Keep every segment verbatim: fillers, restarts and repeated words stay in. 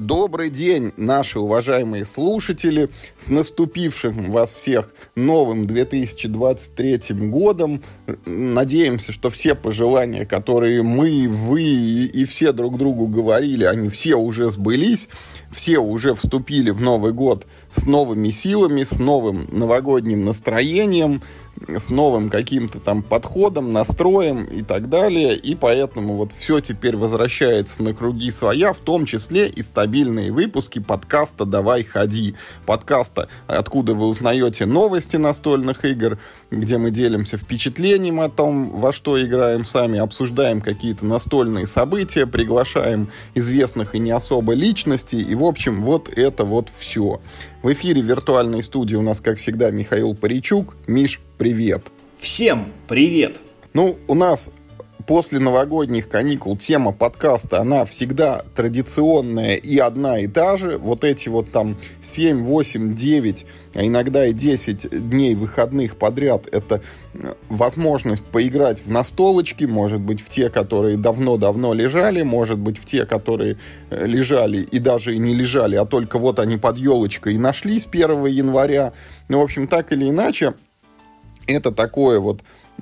Добрый день, наши уважаемые слушатели, с наступившим вас всех новым две тысячи двадцать третьим годом. Надеемся, что все пожелания, которые мы, вы и все друг другу говорили, они все уже сбылись, все уже вступили в Новый год с новыми силами, с новым новогодним настроением, с новым каким-то там подходом, настроем и так далее. И поэтому вот все теперь возвращается на круги своя, в том числе и стабильные выпуски подкаста «Давай ходи». Подкаста, откуда вы узнаете новости настольных игр, где мы делимся впечатлением о том, во что играем сами, обсуждаем какие-то настольные события, приглашаем известных и не особо личностей. И, в общем, вот это вот все. В эфире виртуальной студии у нас, как всегда, Михаил Паричук. Миш, привет. Всем привет. Ну, у нас после новогодних каникул тема подкаста, она всегда традиционная и одна и та же. Вот эти вот там семь, восемь, девять, а иногда и десять дней выходных подряд — это возможность поиграть в настолочки, может быть, в те, которые давно-давно лежали, может быть, в те, которые лежали и даже и не лежали, а только вот они под елочкой и нашлись первого января. Ну, в общем, так или иначе, это такое вот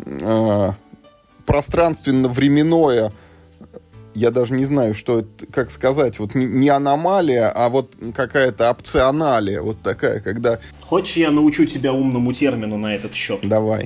э, пространственно-временное, я даже не знаю, что это, как сказать, вот не аномалия, а вот какая-то опционалия, вот такая, когда... Хочешь, я научу тебя умному термину на этот счет? Давай.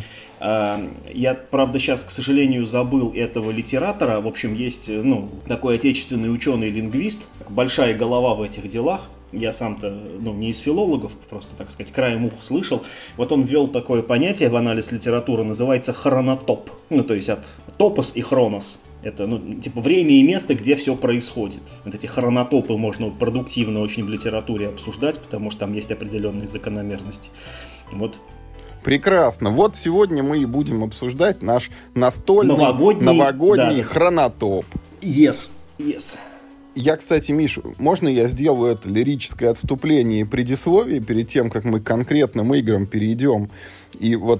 Я, правда, сейчас, к сожалению, забыл этого литератора. В общем, есть, ну, такой отечественный ученый-лингвист, большая голова в этих делах. Я сам-то, ну, не из филологов, просто, так сказать, краем уха слышал. Вот он ввел такое понятие в анализ литературы, называется хронотоп. Ну, то есть от топос и хронос. Это, ну, типа время и место, где все происходит. Вот эти хронотопы можно продуктивно очень в литературе обсуждать, потому что там есть определенные закономерности. Вот. Прекрасно. Вот сегодня мы и будем обсуждать наш настольный новогодний, новогодний да, хронотоп. Yes, yes. Я, кстати, Миш, можно я сделаю это лирическое отступление и предисловие перед тем, как мы к конкретным играм перейдем? И вот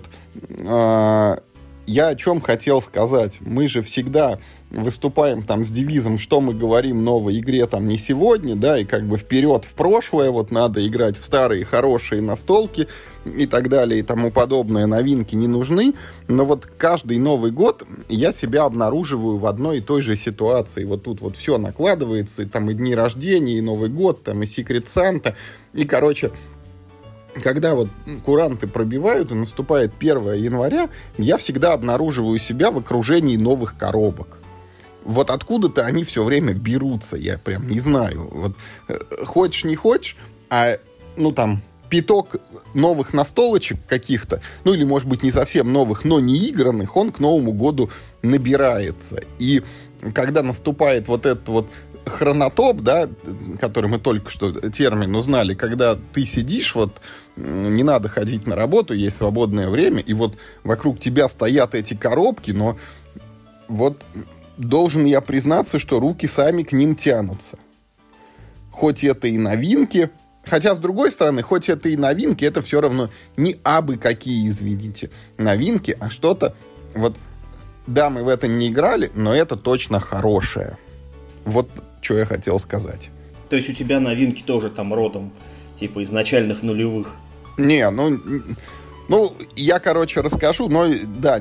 э, я о чем хотел сказать. Мы же всегда выступаем там с девизом, что мы говорим новой игре там не сегодня, да, и как бы вперед в прошлое, вот надо играть в старые хорошие настолки и так далее и тому подобное, новинки не нужны. Но вот каждый Новый год я себя обнаруживаю в одной и той же ситуации. Вот тут вот все накладывается, и там и дни рождения, и Новый год, там и Секрет Санта, и, короче... Когда вот куранты пробивают и наступает первого января, я всегда обнаруживаю себя в окружении новых коробок. Вот откуда-то они все время берутся, я прям не знаю. Вот, хочешь, не хочешь, а, ну, там, пяток новых настолочек каких-то, ну, или, может быть, не совсем новых, но не игранных, он к Новому году набирается. И когда наступает вот этот вот хронотоп, да, который мы только что термин узнали, когда ты сидишь, вот, не надо ходить на работу, есть свободное время, и вот вокруг тебя стоят эти коробки, но вот должен я признаться, что руки сами к ним тянутся. Хоть это и новинки, хотя, с другой стороны, хоть это и новинки, это все равно не абы какие, извините, новинки, а что-то, вот, да, мы в это не играли, но это точно хорошее. Вот что я хотел сказать. То есть у тебя новинки тоже там родом, типа из начальных нулевых? Не, ну, ну я, короче, расскажу, но, да,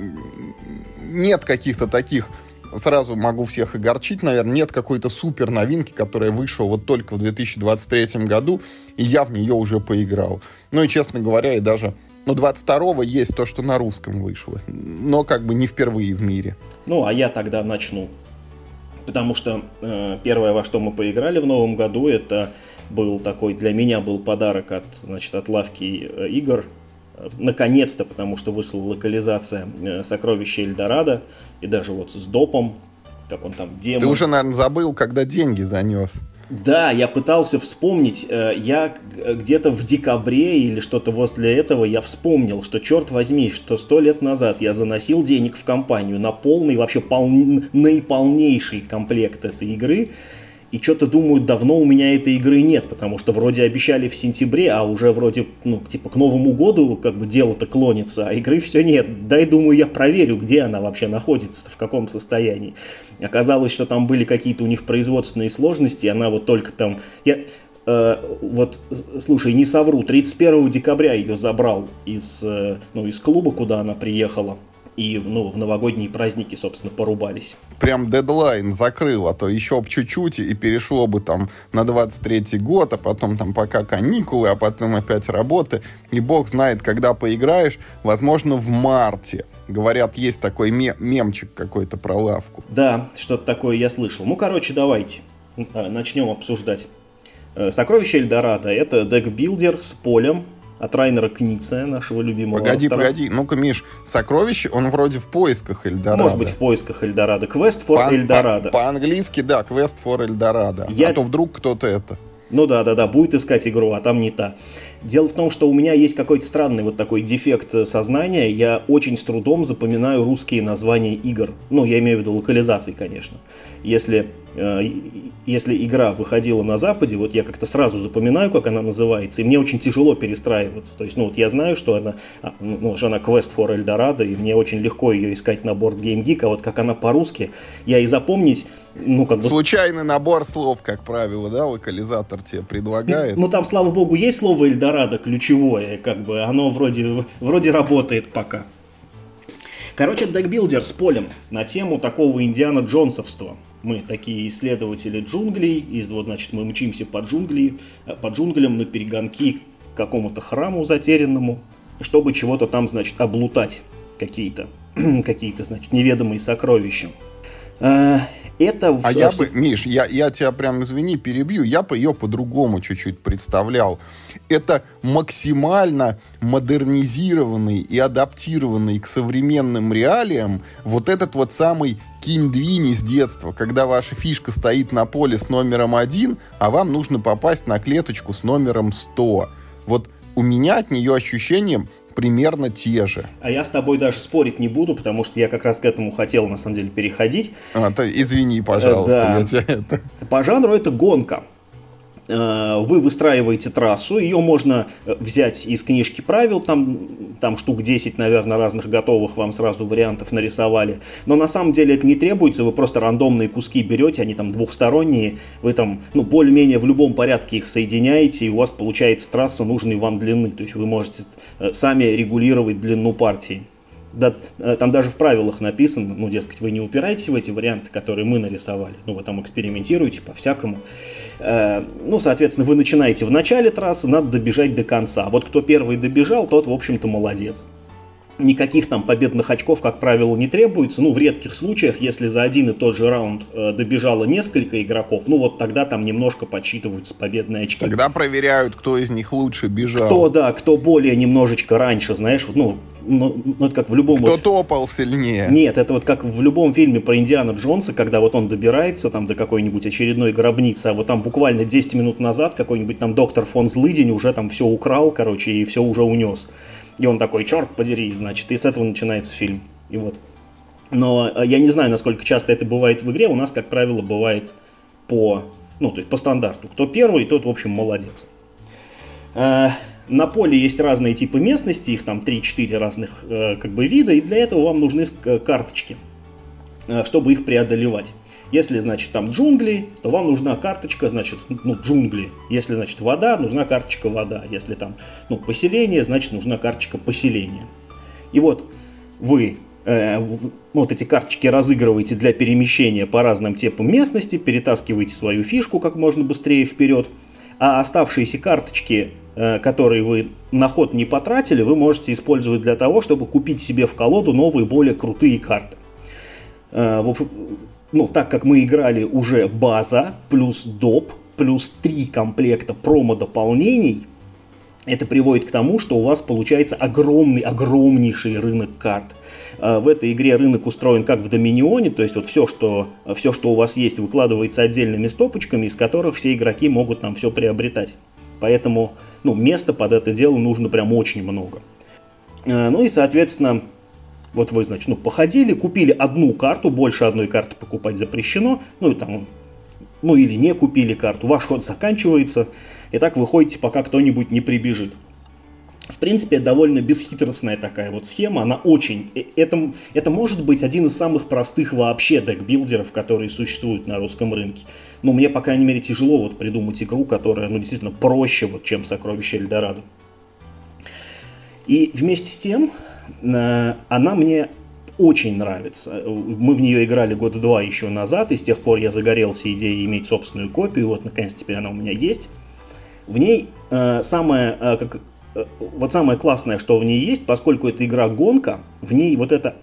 нет каких-то таких, сразу могу всех огорчить, наверное, нет какой-то супер новинки, которая вышла вот только в две тысячи двадцать третьем году, и я в нее уже поиграл. Ну и, честно говоря, и даже, ну, двадцать второго есть то, что на русском вышло, но как бы не впервые в мире. Ну, а я тогда начну. Потому что э, первое, во что мы поиграли в новом году, это был такой, для меня был подарок от, значит, от лавки э, игр. Наконец-то, потому что вышла локализация э, «Сокровища Эльдорадо», и даже вот с допом, как он там, демон. Ты уже, наверное, забыл, когда деньги занес. Да, я пытался вспомнить, я где-то в декабре или что-то возле этого я вспомнил, что, черт возьми, что сто лет назад я заносил денег в компанию на полный, вообще пол... наиполнейший комплект этой игры, И что-то думают, давно у меня этой игры нет, потому что вроде обещали в сентябре, а уже вроде, ну, типа к Новому году как бы дело-то клонится, а игры все нет. Дай, думаю, я проверю, где она вообще находится, в каком состоянии. Оказалось, что там были какие-то у них производственные сложности, она вот только там... Я... Uh, вот, слушай, не совру, тридцать первого декабря ее забрал из, uh, ну, из клуба, куда она приехала. И, ну, в новогодние праздники, собственно, порубались. Прям дедлайн закрыл, а то еще бы чуть-чуть и перешло бы там на двадцать третий год, а потом там пока каникулы, а потом опять работы. И бог знает, когда поиграешь, возможно, в марте. Говорят, есть такой мем- мемчик какой-то про лавку. Да, что-то такое я слышал. Ну, короче, давайте начнем обсуждать. Сокровище Эльдорадо — это декбилдер с полем от Райнера Кница, нашего любимого Погоди, автора. погоди. Ну-ка, Миш, сокровище, он вроде в поисках Эльдорадо. Может быть, в поисках Эльдорадо. Quest for По- Эльдорадо. по- По-английски, да, Quest for Эльдорадо. Я- А то вдруг кто-то это... Ну да, да, да, будет искать игру, а там не та. Дело в том, что у меня есть какой-то странный вот такой дефект сознания. Я очень с трудом запоминаю русские названия игр. Ну, я имею в виду локализации, конечно. Если, э, если игра выходила на Западе, вот я как-то сразу запоминаю, как она называется, и мне очень тяжело перестраиваться. То есть, ну вот я знаю, что она, ну, что она Quest for Эльдорадо, и мне очень легко ее искать на Board Game Geek, а вот как она по-русски, я и запомнить, ну как бы... Случайный набор слов, как правило, да, локализатор тебе предлагает. Ну там, слава богу, есть слово Эльдорадо ключевое, как бы оно вроде, вроде работает пока. Короче, декбилдер с полем на тему такого Индиана Джонсовства. Мы такие исследователи джунглей, и вот, значит, мы мчимся по джунгли, по джунглям на перегонки к какому-то храму затерянному, чтобы чего-то там, значит, облутать, какие-то, какие-то, значит, неведомые сокровища. Это в... А я бы, Миш, я, я тебя прям, извини, перебью, я бы ее по-другому чуть-чуть представлял. Это максимально модернизированный и адаптированный к современным реалиям вот этот вот самый кинь-двинь из детства, когда ваша фишка стоит на поле с номером один, а вам нужно попасть на клеточку с номером сто. Вот у меня от нее ощущение примерно те же. А я с тобой даже спорить не буду, потому что я как раз к этому хотел, на самом деле, переходить. А, то извини, пожалуйста. Да. Я тебя это... По жанру это гонка. Вы выстраиваете трассу, ее можно взять из книжки правил, там, там штук десять, наверное, разных готовых вам сразу вариантов нарисовали, но на самом деле это не требуется, вы просто рандомные куски берете, они там двухсторонние, вы там, ну, более-менее в любом порядке их соединяете, и у вас получается трасса нужной вам длины, то есть вы можете сами регулировать длину партии. Да, там даже в правилах написано, ну, дескать, вы не упираетесь в эти варианты, которые мы нарисовали, ну, вы там экспериментируете по-всякому. Э, ну, соответственно, вы начинаете в начале трассы, надо добежать до конца. Вот кто первый добежал, тот, в общем-то, молодец. Никаких там победных очков, как правило, не требуется. Ну, в редких случаях, если за один и тот же раунд э, добежало несколько игроков, ну, вот тогда там немножко подсчитываются победные очки. Тогда проверяют, кто из них лучше бежал. Кто, да, кто более немножечко раньше, знаешь, ну, ну, ну это как в любом... Кто вот... топал сильнее. Нет, это вот как в любом фильме про Индиана Джонса, когда вот он добирается там до какой-нибудь очередной гробницы, а вот там буквально десять минут назад какой-нибудь там доктор фон Злыдень уже там все украл, короче, и все уже унес. И он такой, черт подери, значит, и с этого начинается фильм. И вот. Но я не знаю, насколько часто это бывает в игре. У нас, как правило, бывает по, ну, то есть по стандарту. Кто первый, тот, в общем, молодец. На поле есть разные типы местности, их там три-четыре разных как бы вида, и для этого вам нужны карточки, чтобы их преодолевать. Если, значит, там джунгли, то вам нужна карточка, значит, ну, джунгли. Если, значит, вода, нужна карточка вода. Если там, ну, поселение, значит, нужна карточка поселения. И вот вы э, вот эти карточки разыгрываете для перемещения по разным типам местности, перетаскиваете свою фишку как можно быстрее вперед, а оставшиеся карточки, э, которые вы на ход не потратили, вы можете использовать для того, чтобы купить себе в колоду новые, более крутые карты. Э, Ну, так как мы играли уже база, плюс доп, плюс три комплекта промо-дополнений, это приводит к тому, что у вас получается огромный, огромнейший рынок карт. В этой игре рынок устроен как в Доминионе, то есть вот все, что, все, что у вас есть, выкладывается отдельными стопочками, из которых все игроки могут там все приобретать. Поэтому, ну, места под это дело нужно прям очень много. Ну и, соответственно... Вот вы, значит, ну, походили, купили одну карту, больше одной карты покупать запрещено, ну, и там, ну или не купили карту, ваш ход заканчивается, и так вы ходите, пока кто-нибудь не прибежит. В принципе, довольно бесхитростная такая вот схема, она очень... Это, это может быть один из самых простых вообще декбилдеров, которые существуют на русском рынке. Но мне, по крайней мере, тяжело вот придумать игру, которая, ну, действительно проще, вот, чем «Сокровища Эльдорадо». И вместе с тем, она мне очень нравится. Мы в нее играли года два еще назад, и с тех пор я загорелся идеей иметь собственную копию. Вот, наконец, теперь она у меня есть. В ней э, самое... Э, как, Вот самое классное, что в ней есть, поскольку это игра-гонка, в ней вот это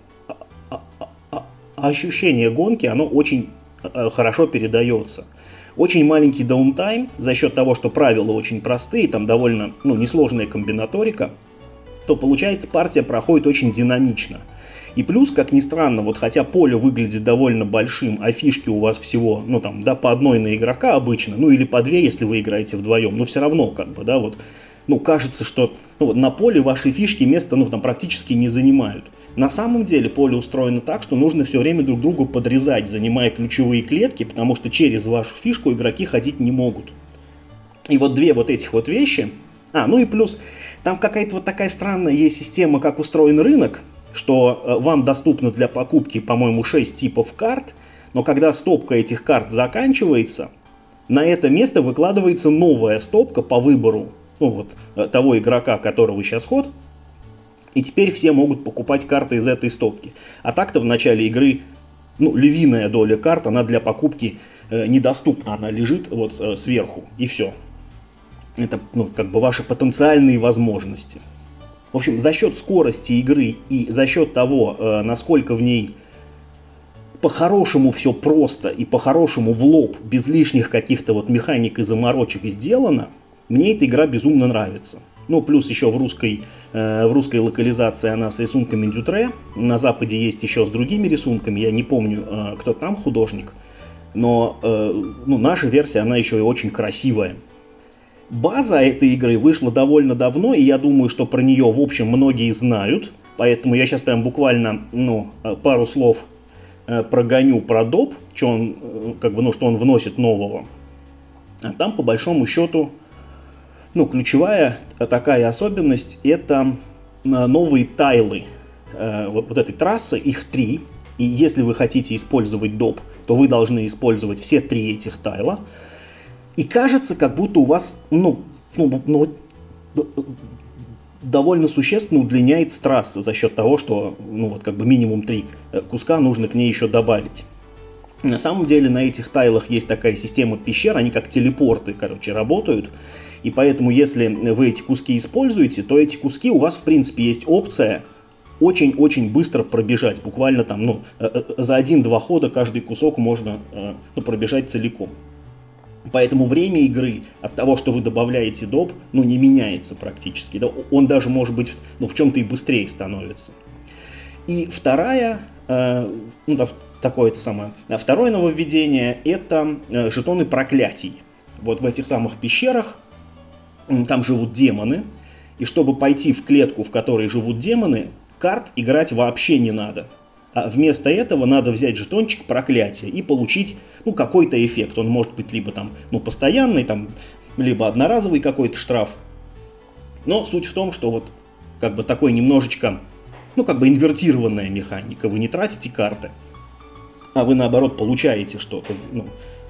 ощущение гонки, оно очень хорошо передается. Очень маленький даунтайм за счет того, что правила очень простые, там довольно ну, несложная комбинаторика, то получается партия проходит очень динамично. И плюс, как ни странно, вот хотя поле выглядит довольно большим, а фишки у вас всего, ну там, да, по одной на игрока обычно, ну или по две, если вы играете вдвоем, но все равно, как бы, да, вот, ну, кажется, что ну, на поле ваши фишки места, ну, там, практически не занимают. На самом деле поле устроено так, что нужно все время друг другу подрезать, занимая ключевые клетки, потому что через вашу фишку игроки ходить не могут. И вот две вот этих вот вещи. А, ну и плюс, там какая-то вот такая странная есть система, как устроен рынок, что э, вам доступно для покупки, по-моему, шесть типов карт, но когда стопка этих карт заканчивается, на это место выкладывается новая стопка по выбору ну, вот, того игрока, которого сейчас ход, и теперь все могут покупать карты из этой стопки. А так-то в начале игры, ну, львиная доля карт, она для покупки э, недоступна, она лежит вот э, сверху, и все. Это, ну, как бы ваши потенциальные возможности. В общем, за счет скорости игры и за счет того, э, насколько в ней по-хорошему все просто и по-хорошему в лоб, без лишних каких-то вот механик и заморочек сделано, мне эта игра безумно нравится. Ну, плюс еще в русской, э, в русской локализации она с рисунками Дютре. На Западе есть еще с другими рисунками. Я не помню, э, кто там художник. Но э, ну, наша версия, она еще и очень красивая. База этой игры вышла довольно давно, и я думаю, что про нее, в общем, многие знают. Поэтому я сейчас прям буквально ну, пару слов э, прогоню про доп, что он, э, как бы, ну, что он вносит нового. А там, по большому счету... Ну, ключевая такая особенность – это новые тайлы э, вот, вот этой трассы, их три. И если вы хотите использовать доп, то вы должны использовать все три этих тайла. И кажется, как будто у вас ну, ну, ну, довольно существенно удлиняется трасса за счет того, что ну, вот, как бы минимум три куска нужно к ней еще добавить. На самом деле на этих тайлах есть такая система пещер, они как телепорты, короче, работают. И поэтому, если вы эти куски используете, то эти куски у вас, в принципе, есть опция очень-очень быстро пробежать. Буквально там, ну, за один-два хода каждый кусок можно ну, пробежать целиком. Поэтому время игры от того, что вы добавляете доп, ну, не меняется практически. Да? Он даже, может быть, ну, в чем-то и быстрее становится. И вторая, э, ну, да, такое-то самое, второе нововведение – это жетоны проклятий. Вот в этих самых пещерах там живут демоны, и чтобы пойти в клетку, в которой живут демоны, карт играть вообще не надо. А вместо этого надо взять жетончик проклятия и получить ну, какой-то эффект. Он может быть либо там, ну, постоянный, там, либо одноразовый какой-то штраф. Но суть в том, что вот как бы такой немножечко, ну как бы инвертированная механика. Вы не тратите карты, а вы наоборот получаете что-то, ну,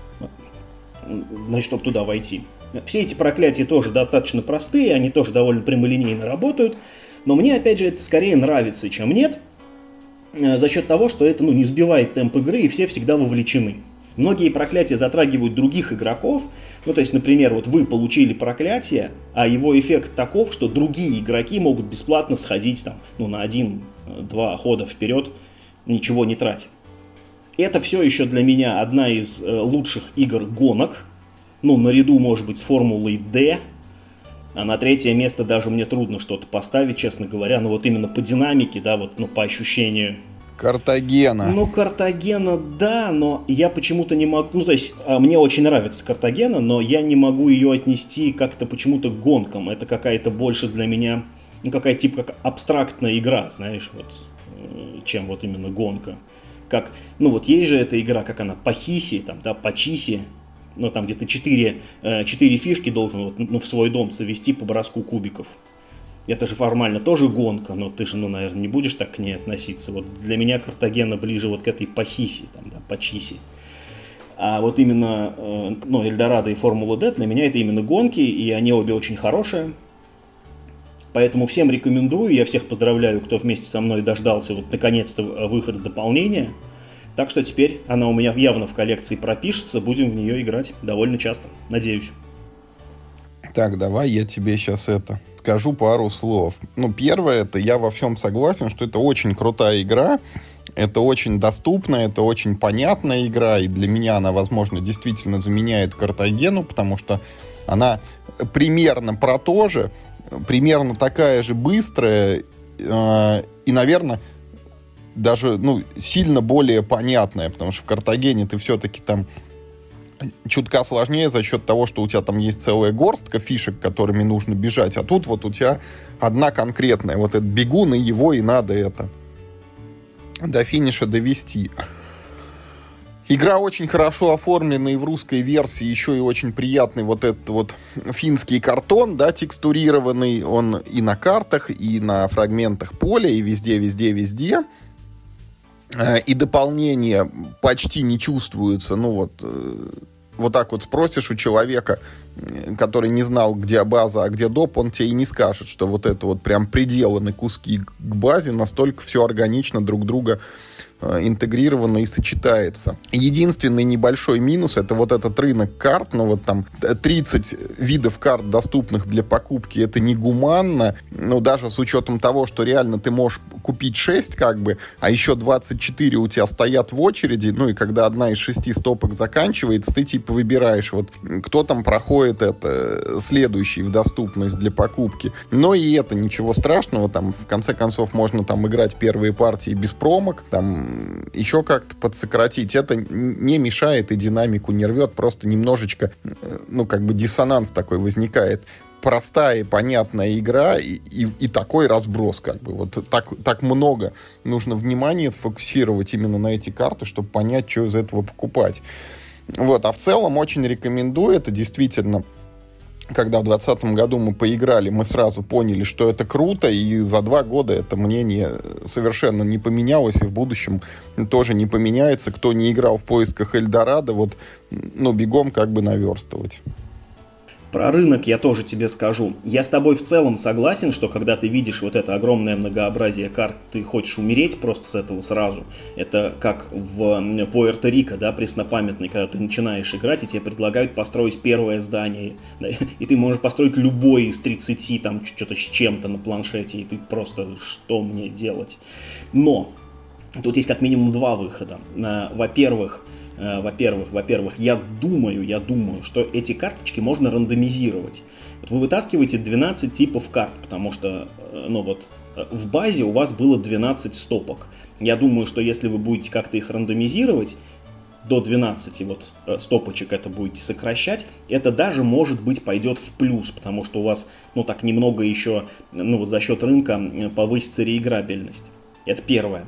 значит, чтобы туда войти. Все эти проклятия тоже достаточно простые, они тоже довольно прямолинейно работают, но мне, опять же, это скорее нравится, чем нет, за счет того, что это ну, не сбивает темп игры, и все всегда вовлечены. Многие проклятия затрагивают других игроков, ну, то есть, например, вот вы получили проклятие, а его эффект таков, что другие игроки могут бесплатно сходить там, ну, на один-два хода вперед, ничего не тратя. Это все еще для меня одна из э, лучших игр гонок. Ну, наряду, может быть, с Формулой D. А на третье место даже мне трудно что-то поставить, честно говоря. Ну, вот именно по динамике, да, вот, ну, по ощущению. Картагена. Ну, Картагена, да, но я почему-то не могу... Ну, то есть, мне очень нравится Картагена, но я не могу ее отнести как-то почему-то к гонкам. Это какая-то больше для меня... Ну, какая-то типа как абстрактная игра, знаешь, вот, чем вот именно гонка. Как, ну, вот есть же эта игра, как она, Пахиси, там, да, Пачиси, ну, там где-то четыре, четыре фишки должен вот, ну, в свой дом совести по броску кубиков. Это же формально тоже гонка, но ты же, ну, наверное, не будешь так к ней относиться. Вот для меня Картагена ближе вот к этой Пахиси, там, да, Пачиси. А вот именно, ну, Эльдорадо и Формула Д для меня это именно гонки, и они обе очень хорошие. Поэтому всем рекомендую, я всех поздравляю, кто вместе со мной дождался вот наконец-то выхода дополнения. Так что теперь она у меня явно в коллекции пропишется, будем в нее играть довольно часто, надеюсь. Так, давай я тебе сейчас это скажу пару слов. Ну, первое, это я во всем согласен, что это очень крутая игра, это очень доступная, это очень понятная игра, и для меня она, возможно, действительно заменяет Картагену, потому что она примерно про то же, примерно такая же быстрая э, и, наверное, даже, ну, сильно более понятная, потому что в Картагене ты все-таки там чутка сложнее за счет того, что у тебя там есть целая горстка фишек, которыми нужно бежать, а тут вот у тебя одна конкретная. Вот этот бегун, и его и надо это до финиша довести. Игра очень хорошо оформлена и в русской версии, еще и очень приятный вот этот вот финский картон, да, текстурированный, он и на картах, и на фрагментах поля, и везде, везде, везде. И дополнения почти не чувствуются, ну вот, вот так вот спросишь у человека, который не знал, где база, а где доп, он тебе и не скажет, что вот это вот прям приделаны куски к базе, настолько все органично друг друга интегрировано и сочетается. Единственный небольшой минус — это вот этот рынок карт, ну вот там тридцать видов карт, доступных для покупки, это негуманно, ну даже с учетом того, что реально ты можешь купить шесть как бы, а еще двадцать четыре у тебя стоят в очереди, ну и когда одна из шести стопок заканчивается, ты типа выбираешь, вот кто там проходит это следующий в доступность для покупки. Но и это ничего страшного, там в конце концов можно там играть первые партии без промок, там еще как-то подсократить. Это не мешает и динамику не рвет, просто немножечко, ну, как бы диссонанс такой возникает. Простая, понятная игра и, и, и такой разброс, как бы. Вот так, так много нужно внимания сфокусировать именно на эти карты, чтобы понять, что из этого покупать. Вот. А в целом очень рекомендую. Это действительно, когда в двадцатом году мы поиграли, мы сразу поняли, что это круто, и за два года это мнение совершенно не поменялось, и в будущем тоже не поменяется. Кто не играл в поисках Эльдорадо, вот, ну, бегом как бы наверстывать. Про рынок я тоже тебе скажу. Я с тобой в целом согласен, что когда ты видишь вот это огромное многообразие карт, ты хочешь умереть просто с этого сразу. Это как в Пуэрто-Рико, да, преснопамятный, когда ты начинаешь играть, и тебе предлагают построить первое здание. Да, и ты можешь построить любой из тридцати, там, что-то с чем-то на планшете, и ты просто, что мне делать? Но тут есть как минимум два выхода. Во-первых, Во-первых, во-первых, я думаю, я думаю, что эти карточки можно рандомизировать. Вот вы вытаскиваете двенадцать типов карт, потому что, ну вот, в базе у вас было двенадцать стопок. Я думаю, что если вы будете как-то их рандомизировать, до двенадцати вот стопочек это будете сокращать, это даже, может быть, пойдет в плюс, потому что у вас, ну так, немного еще, ну вот за счет рынка повысится реиграбельность. Это первое.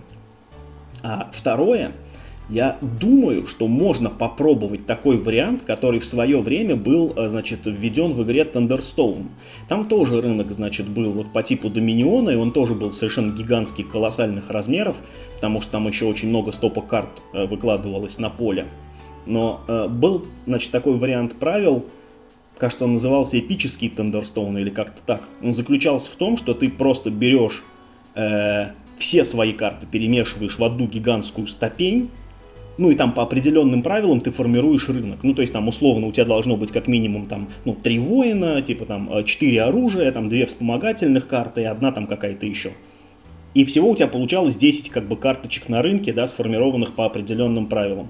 А второе, я думаю, что можно попробовать такой вариант, который в свое время был, значит, введен в игре Thunderstone. Там тоже рынок, значит, был вот по типу Доминиона, и он тоже был совершенно гигантский, колоссальных размеров, потому что там еще очень много стопок карт выкладывалось на поле. Но э, был, значит, такой вариант правил, кажется, он назывался эпический Thunderstone или как-то так. Он заключался в том, что ты просто берешь э, все свои карты, перемешиваешь в одну гигантскую ступень. Ну и там по определенным правилам ты формируешь рынок. Ну то есть там условно у тебя должно быть как минимум там, ну, три воина, типа там четыре оружия, там две вспомогательных карты и одна там какая-то еще. И всего у тебя получалось десять как бы карточек на рынке, да, сформированных по определенным правилам.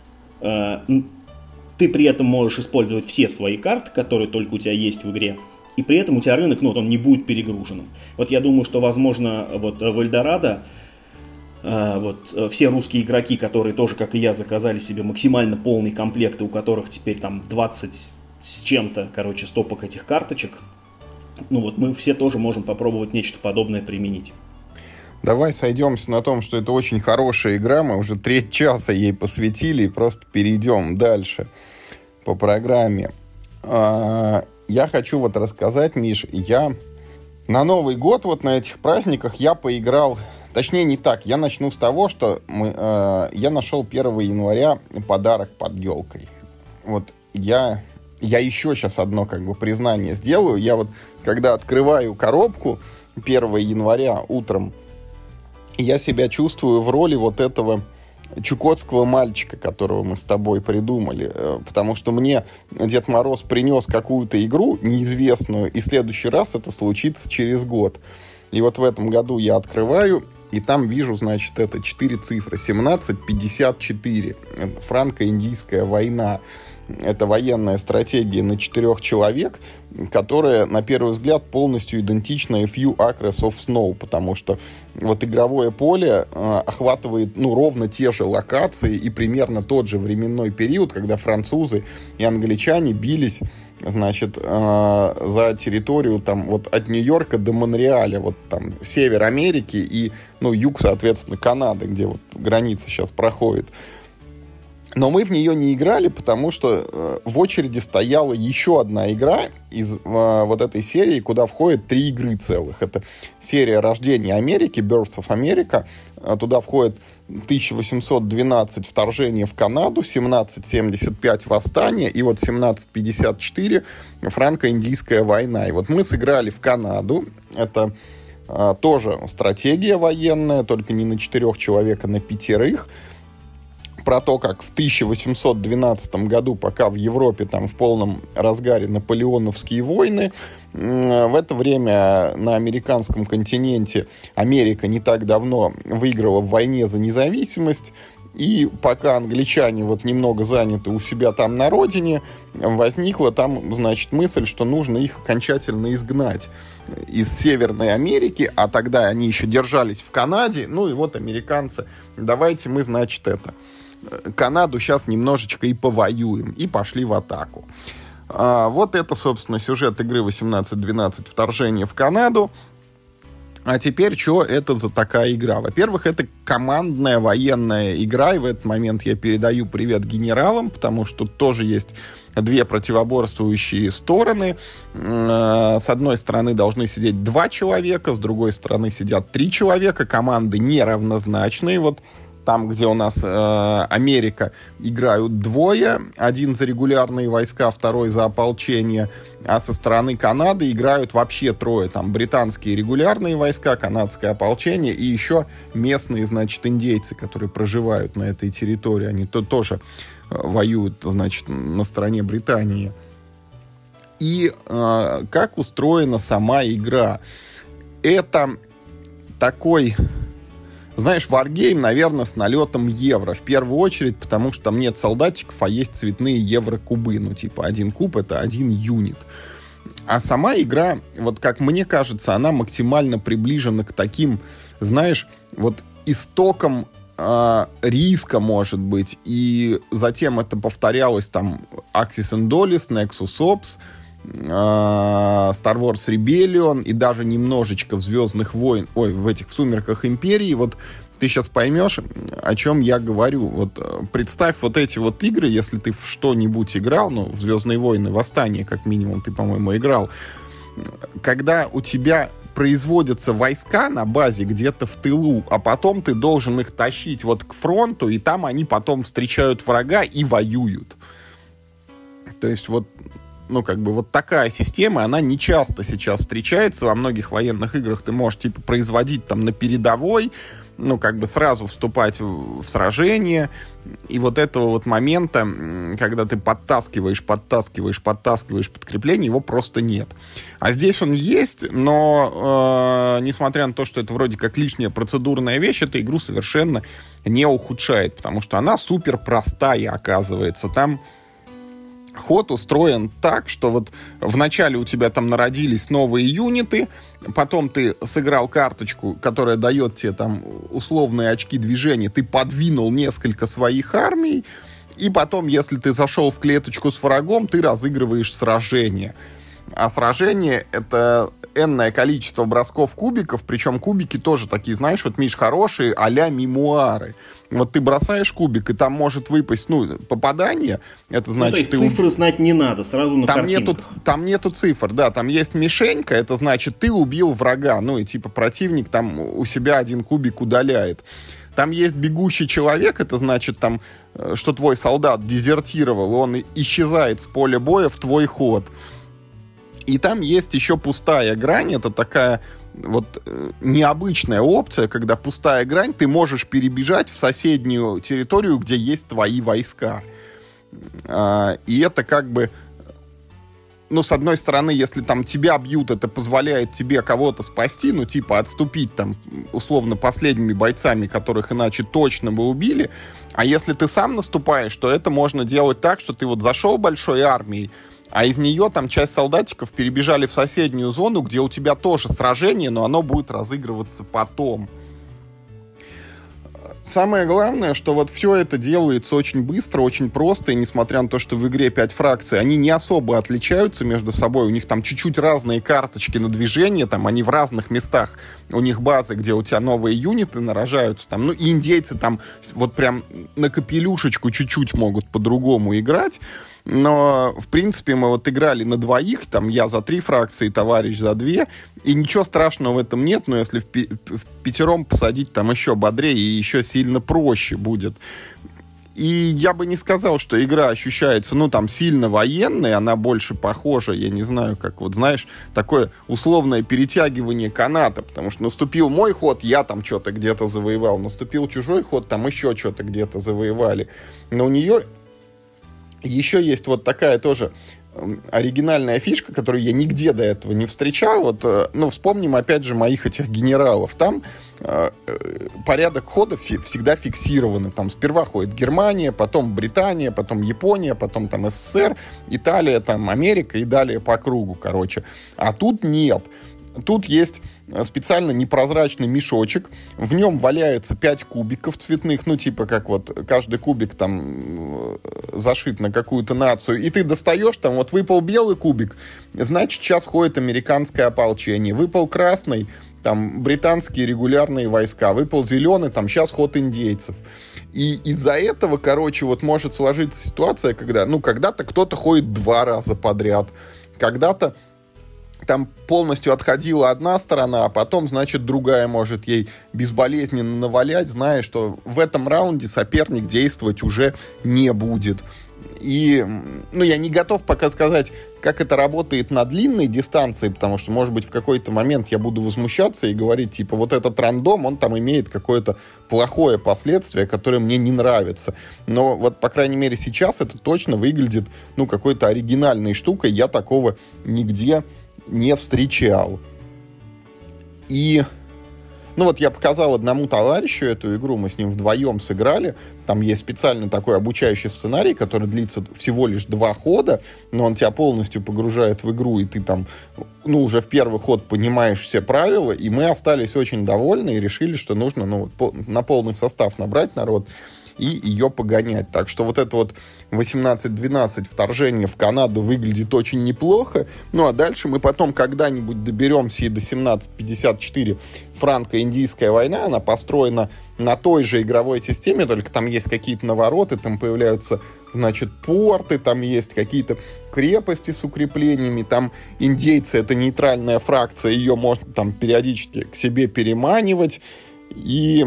Ты при этом можешь использовать все свои карты, которые только у тебя есть в игре. И при этом у тебя рынок, ну вот он не будет перегруженным. Вот я думаю, что возможно вот в Эльдорадо вот все русские игроки, которые тоже, как и я, заказали себе максимально полный комплект, и у которых теперь там двадцать с чем-то, короче, стопок этих карточек, ну вот мы все тоже можем попробовать нечто подобное применить. Давай сойдемся на том, что это очень хорошая игра, мы уже треть часа ей посвятили, и просто перейдем дальше. по программе. Я хочу вот рассказать, Миш, я на Новый год, вот на этих праздниках я поиграл, точнее не так, я начну с того, что мы, я нашел первого января подарок под елкой. Вот я, я еще сейчас одно как бы признание сделаю. Я вот, когда открываю коробку первого января утром, я себя чувствую в роли вот этого чукотского мальчика, которого мы с тобой придумали. Потому что мне Дед Мороз принес какую-то игру неизвестную, и в следующий раз это случится через год. И вот в этом году я открываю, и там вижу, значит, это четыре цифры. семнадцать пятьдесят четыре. Франко-индийская война. Это военная стратегия на четырех человек, которая, на первый взгляд, полностью идентична A Few Acres of Snow, потому что вот игровое поле э, охватывает, ну, ровно те же локации и примерно тот же временной период, когда французы и англичане бились, значит, э, за территорию там вот от Нью-Йорка до Монреаля, вот там север Америки и, ну, юг, соответственно, Канады, где вот граница сейчас проходит. Но мы в нее не играли, потому что э, в очереди стояла еще одна игра из э, вот этой серии, куда входят три игры целых. Это серия «Рождение Америки», «Birth of America». Э, туда входит тысяча восемьсот двенадцать «Вторжение в Канаду», семнадцать семьдесят пять «Восстание» и вот семнадцать пятьдесят четыре «Франко-индийская война». И вот мы сыграли в Канаду. Это э, тоже стратегия военная, только не на четырех человек, а на пятерых. Про то, как в тысяча восемьсот двенадцатом году, пока в Европе там в полном разгаре наполеоновские войны, в это время на американском континенте Америка не так давно выиграла в войне за независимость, и пока англичане вот немного заняты у себя там на родине, возникла там, значит, мысль, что нужно их окончательно изгнать из Северной Америки, а тогда они еще держались в Канаде, ну и вот американцы, давайте мы, значит, это... Канаду сейчас немножечко и повоюем. И пошли в атаку. А, вот это, собственно, сюжет игры восемнадцать двенадцать «Вторжение в Канаду». А теперь, что это за такая игра? Во-первых, это командная военная игра, и в этот момент я передаю привет генералам, потому что тоже есть две противоборствующие стороны. С одной стороны должны сидеть два человека, с другой стороны сидят три человека. Команды неравнозначные. Вот там, где у нас э, Америка, играют двое. Один за регулярные войска, второй за ополчение. А со стороны Канады играют вообще трое. Там британские регулярные войска, канадское ополчение и еще местные, значит, индейцы, которые проживают на этой территории. Они то тоже воюют, значит, на стороне Британии. И э, как устроена сама игра? Это такой... Знаешь, варгейм, наверное, с налетом евро. В первую очередь, потому что там нет солдатиков, а есть цветные евро-кубы. Ну, типа, один куб — это один юнит. А сама игра, вот как мне кажется, она максимально приближена к таким, знаешь, вот истокам э, риска, может быть. И затем это повторялось там Axis and Dollis, Nexus Ops, Star Wars Rebellion и даже немножечко в Звездных войн, ой, в этих в Сумерках Империи. Вот ты сейчас поймешь, о чем я говорю. Вот представь вот эти вот игры, если ты в что-нибудь играл, ну, в Звездные войны, Восстание, как минимум, ты, по-моему, играл, когда у тебя производятся войска на базе где-то в тылу, а потом ты должен их тащить вот к фронту, и там они потом встречают врага и воюют. То есть вот, ну, как бы вот такая система, она не часто сейчас встречается. Во многих военных играх ты можешь, типа, производить там на передовой, ну, как бы сразу вступать в, в сражение. И вот этого вот момента, когда ты подтаскиваешь, подтаскиваешь, подтаскиваешь подкрепление, его просто нет. А здесь он есть, но, э, несмотря на то, что это вроде как лишняя процедурная вещь, эта игру совершенно не ухудшает, потому что она супер простая, оказывается. Там ход устроен так, что вот вначале у тебя там народились новые юниты, потом ты сыграл карточку, которая дает тебе там условные очки движения, ты подвинул несколько своих армий, и потом, если ты зашел в клеточку с врагом, ты разыгрываешь сражение. А сражение — это энное количество бросков кубиков, причем кубики тоже такие, знаешь, вот, Миш, хорошие а-ля мемуары. Вот ты бросаешь кубик, и там может выпасть, ну, попадание, это значит... Ну, то есть ты... цифры знать не надо, сразу на там картинках. Нету, там нету цифр, да, там есть мишенька, это значит, ты убил врага, ну, и типа противник там у себя один кубик удаляет. Там есть бегущий человек, это значит, там, что твой солдат дезертировал, он исчезает с поля боя в твой ход. И там есть еще пустая грань, это такая вот э, необычная опция, когда пустая грань, ты можешь перебежать в соседнюю территорию, где есть твои войска. А, и это как бы, ну, с одной стороны, если там тебя бьют, это позволяет тебе кого-то спасти, ну, типа отступить там, условно, последними бойцами, которых иначе точно бы убили. А если ты сам наступаешь, то это можно делать так, что ты вот зашел большой армией, а из нее там часть солдатиков перебежали в соседнюю зону, где у тебя тоже сражение, но оно будет разыгрываться потом. Самое главное, что вот все это делается очень быстро, очень просто, и несмотря на то, что в игре пять фракций, они не особо отличаются между собой, у них там чуть-чуть разные карточки на движение, там они в разных местах, у них базы, где у тебя новые юниты нарожаются, там, ну и индейцы там вот прям на капелюшечку чуть-чуть могут по-другому играть, но, в принципе, мы вот играли на двоих, там я за три фракции, товарищ за две, и ничего страшного в этом нет, но если в, пи- в пятером посадить, там еще бодрее и еще сильно проще будет. И я бы не сказал, что игра ощущается, ну, там, сильно военной, она больше похожа, я не знаю, как вот, знаешь, такое условное перетягивание каната, потому что наступил мой ход, я там что-то где-то завоевал, наступил чужой ход, там еще что-то где-то завоевали. Но у нее... Еще есть вот такая тоже оригинальная фишка, которую я нигде до этого не встречал. Вот, ну, вспомним, опять же, моих этих генералов. Там э, порядок хода фи- всегда фиксированный. Там сперва ходит Германия, потом Британия, потом Япония, потом там СССР, Италия, там Америка и далее по кругу, короче. А тут нет. Тут есть специально непрозрачный мешочек, в нем валяется пять кубиков цветных, ну, типа, как вот каждый кубик там зашит на какую-то нацию, и ты достаешь, там, вот выпал белый кубик, значит, сейчас ходит американское ополчение, выпал красный, там, британские регулярные войска, выпал зеленый, там, сейчас ход индейцев. И из-за этого, короче, вот может сложиться ситуация, когда, ну, когда-то кто-то ходит два раза подряд, когда-то там полностью отходила одна сторона, а потом, значит, другая может ей безболезненно навалять, зная, что в этом раунде соперник действовать уже не будет. И, ну, я не готов пока сказать, как это работает на длинной дистанции, потому что, может быть, в какой-то момент я буду возмущаться и говорить, типа, вот этот рандом, он там имеет какое-то плохое последствие, которое мне не нравится. Но вот, по крайней мере, сейчас это точно выглядит, ну, какой-то оригинальной штукой. Я такого нигде не встречал. И, ну вот я показал одному товарищу эту игру, мы с ним вдвоем сыграли. Там есть специальный такой обучающий сценарий, который длится всего лишь два хода, но он тебя полностью погружает в игру, и ты там, ну, уже в первый ход понимаешь все правила, и мы остались очень довольны и решили, что нужно, ну, на полный состав набрать народ и ее погонять. Так что вот это вот восемнадцать двенадцать вторжение в Канаду выглядит очень неплохо. Ну, а дальше мы потом когда-нибудь доберемся и до семнадцать пятьдесят четыре франко-индийская война. Она построена на той же игровой системе, только там есть какие-то навороты, там появляются, значит, порты, там есть какие-то крепости с укреплениями, там индейцы — это нейтральная фракция, ее можно там периодически к себе переманивать. И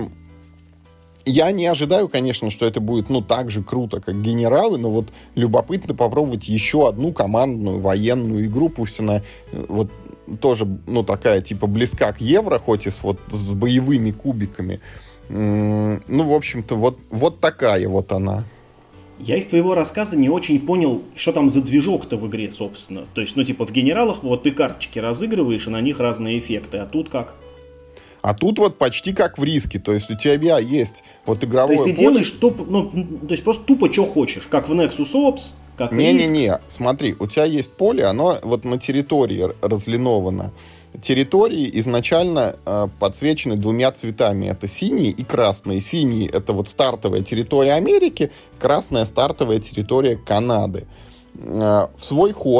я не ожидаю, конечно, что это будет, ну, так же круто, как генералы, но вот любопытно попробовать еще одну командную военную игру, пусть она вот тоже, ну, такая, типа, близка к евро, хоть и с, вот, с боевыми кубиками. Ну, в общем-то, вот, вот такая вот она. Я из твоего рассказа не очень понял, что там за движок-то в игре, собственно. То есть, ну, типа, в генералах вот ты карточки разыгрываешь, и на них разные эффекты, а тут как? А тут вот почти как в риске, то есть у тебя есть вот игровое поле. То есть ты поле... делаешь туп, ну, то есть просто тупо что хочешь, как в Nexus Ops, как в Риск. Не-не-не, смотри, у тебя есть поле, оно вот на территории разлиновано. Территории изначально э, подсвечены двумя цветами. Это синий и красный. Синий — это вот стартовая территория Америки, красная — стартовая территория Канады. Э, в свой ход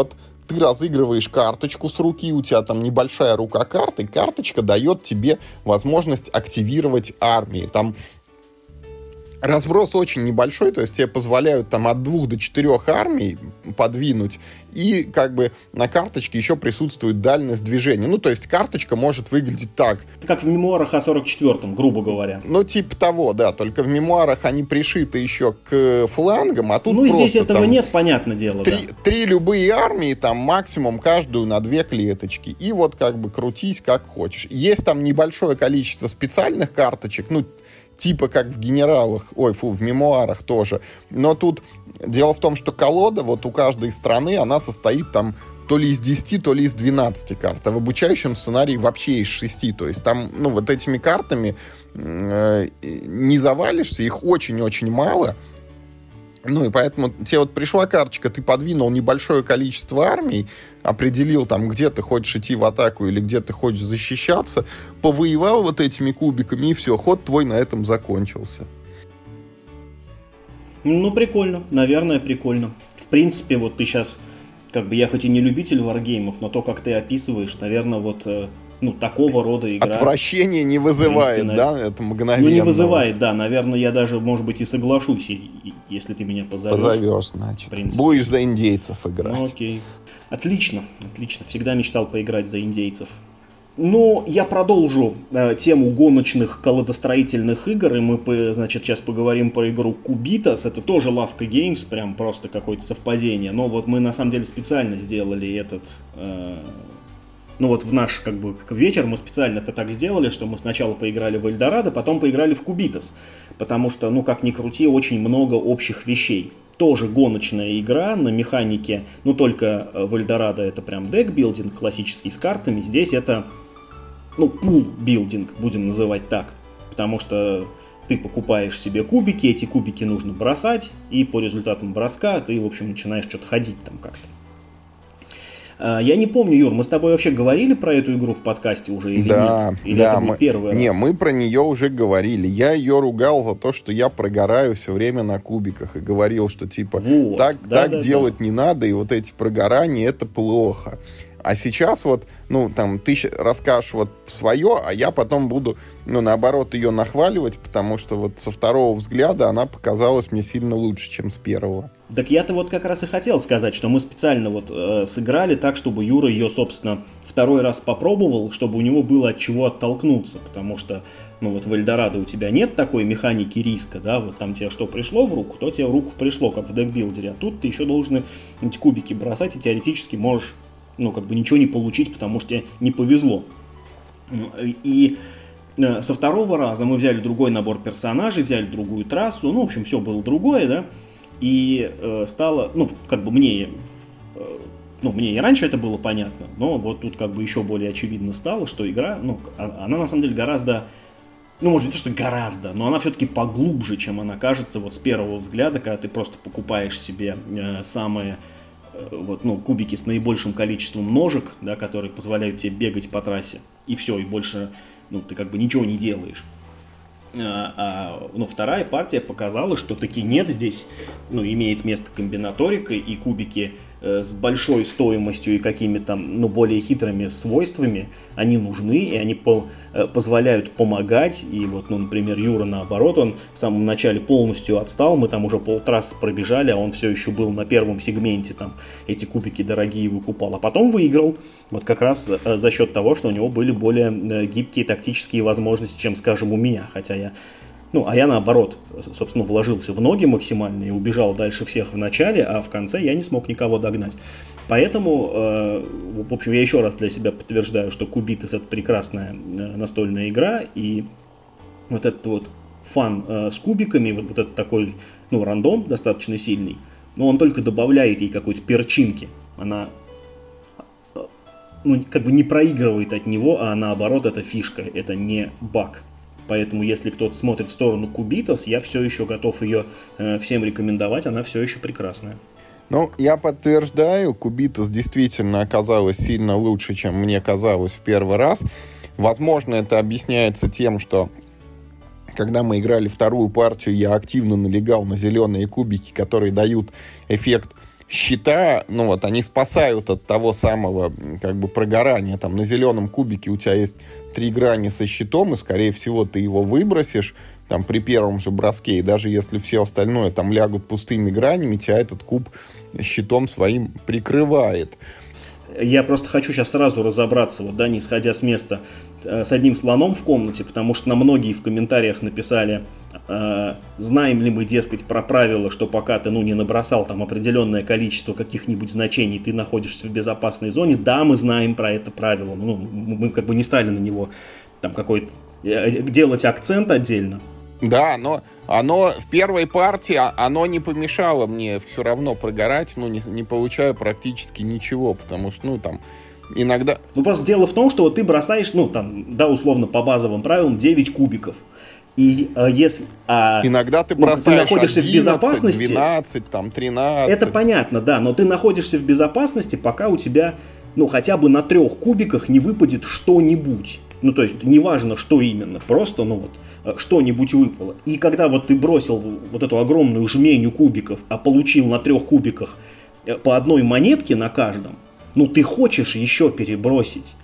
ты разыгрываешь карточку с руки, у тебя там небольшая рука карты, карточка дает тебе возможность активировать армии. Там разброс очень небольшой, то есть тебе позволяют там от двух до четырех армий подвинуть, и как бы на карточке еще присутствует дальность движения. Ну, то есть карточка может выглядеть так. Как в мемуарах о сорок четвёртом, грубо говоря. Ну, типа того, да, только в мемуарах они пришиты еще к флангам, а тут ну, просто... Ну, здесь этого там, нет, понятное дело, три, да. Три любые армии, там максимум каждую на две клеточки, и вот как бы крутись как хочешь. Есть там небольшое количество специальных карточек, ну, типа как в генералах, ой, фу, в мемуарах тоже. Но тут дело в том, что колода вот у каждой страны, она состоит там то ли из десяти, то ли из двенадцати карт. А в обучающем сценарии вообще из шести. То есть там, ну, вот этими картами э, не завалишься, их очень-очень мало. Ну, и поэтому тебе вот пришла карточка, ты подвинул небольшое количество армий, определил там, где ты хочешь идти в атаку или где ты хочешь защищаться, повоевал вот этими кубиками, и все, ход твой на этом закончился. Ну, прикольно, наверное, прикольно. В принципе, вот ты сейчас, как бы, я хоть и не любитель варгеймов, но то, как ты описываешь, наверное, вот... ну, такого рода игра... Отвращение не вызывает, принципе, да? Это мгновенно. Ну, не вызывает, да. Наверное, я даже, может быть, и соглашусь, если ты меня позовешь. Позовешь, значит. Будешь за индейцев играть. Ну, окей. Отлично, отлично. Всегда мечтал поиграть за индейцев. Ну, я продолжу э, тему гоночных колодостроительных игр, и мы, значит, сейчас поговорим про игру Cubitas. Это тоже Лавка Games, прям просто какое-то совпадение. Но вот мы, на самом деле, специально сделали этот... Э, Ну вот в наш как бы вечер мы специально это так сделали, что мы сначала поиграли в Эльдорадо, потом поиграли в Cubitas. Потому что, ну как ни крути, очень много общих вещей. Тоже гоночная игра на механике, ну только в Эльдорадо это прям дек-билдинг классический с картами. Здесь это, ну, пул-билдинг, будем называть так. Потому что ты покупаешь себе кубики, эти кубики нужно бросать, и по результатам броска ты, в общем, начинаешь что-то ходить там как-то. Я не помню, Юр, мы с тобой вообще говорили про эту игру в подкасте уже или да, нет? Или да, это был мы, первый раз? Не, мы про нее уже говорили. Я ее ругал за то, что я прогораю все время на кубиках. И говорил, что типа вот, так, да, так да, делать да. не надо, и вот эти прогорания, это плохо. А сейчас вот, ну, там, ты расскажешь вот свое, а я потом буду, ну, наоборот, ее нахваливать, потому что вот со второго взгляда она показалась мне сильно лучше, чем с первого. Так я-то вот как раз и хотел сказать, что мы специально вот э, сыграли так, чтобы Юра ее, собственно, второй раз попробовал, чтобы у него было от чего оттолкнуться, потому что, ну, вот в Эльдорадо у тебя нет такой механики риска, да, вот там тебе что пришло в руку, то тебе в руку пришло, как в декбилдере, а тут ты еще должен эти кубики бросать, и теоретически можешь, ну, как бы ничего не получить, потому что тебе не повезло. И э, со второго раза мы взяли другой набор персонажей, взяли другую трассу, ну, в общем, все было другое, да, и э, стало, ну, как бы мне, э, ну, мне и раньше это было понятно, но вот тут как бы еще более очевидно стало, что игра, ну, она на самом деле гораздо, ну, может быть, не то, что гораздо, но она все-таки поглубже, чем она кажется вот с первого взгляда, когда ты просто покупаешь себе э, самые, э, вот, ну, кубики с наибольшим количеством ножек, да, которые позволяют тебе бегать по трассе, и все, и больше, ну, ты как бы ничего не делаешь. А, а, ну, вторая партия показала, что таки нет, здесь, ну, имеет место комбинаторика, и кубики э, с большой стоимостью и какими-то, ну, более хитрыми свойствами, они нужны, и они по, э, позволяют помогать, и вот, ну, например, Юра, наоборот, он в самом начале полностью отстал, мы там уже полтрассы пробежали, а он все еще был на первом сегменте, там, эти кубики дорогие выкупал, а потом выиграл, вот как раз э, за счет того, что у него были более э, гибкие тактические возможности, чем, скажем, у меня, хотя я, ну, а я наоборот, собственно, вложился в ноги максимально и убежал дальше всех в начале, а в конце я не смог никого догнать. Поэтому, э, в общем, я еще раз для себя подтверждаю, что Cubitas — это прекрасная э, настольная игра, и вот этот вот фан э, с кубиками, вот, вот этот такой, ну, рандом достаточно сильный, но он только добавляет ей какой-то перчинки. Она, э, ну, как бы не проигрывает от него, а наоборот, это фишка, это не баг. Поэтому, если кто-то смотрит в сторону Cubitas, я все еще готов ее э, всем рекомендовать, она все еще прекрасная. Ну, я подтверждаю, Cubitas действительно оказалась сильно лучше, чем мне казалось в первый раз. Возможно, это объясняется тем, что когда мы играли вторую партию, я активно налегал на зеленые кубики, которые дают эффект щита, ну вот, они спасают от того самого, как бы, прогорания. Там на зеленом кубике у тебя есть три грани со щитом, и, скорее всего, ты его выбросишь там при первом же броске, и даже если все остальное там лягут пустыми гранями, тебя этот куб щитом своим прикрывает. Я просто хочу сейчас сразу разобраться, вот, да, не сходя с места, э, с одним слоном в комнате, потому что на многие в комментариях написали, э, знаем ли мы, дескать, про правило, что пока ты, ну, не набросал там определенное количество каких-нибудь значений, ты находишься в безопасной зоне. Да, мы знаем про это правило, ну, мы как бы не стали на него там какой-то э, делать акцент отдельно. Да, но оно в первой партии, оно не помешало мне все равно прогорать, ну, не, не получаю практически ничего, потому что, ну, там, иногда... Ну, просто дело в том, что вот ты бросаешь, ну, там, да, условно, по базовым правилам, девять кубиков. И а, если... А, иногда ты бросаешь, ну, ты находишься одиннадцать, в безопасности, двенадцать, там, тринадцать. Это понятно, да, но ты находишься в безопасности, пока у тебя, ну, хотя бы на трех кубиках не выпадет что-нибудь. Ну, то есть, неважно, что именно, просто, ну, вот, что-нибудь выпало. И когда вот ты бросил вот эту огромную жменю кубиков, а получил на трех кубиках по одной монетке на каждом, ну, ты хочешь еще перебросить.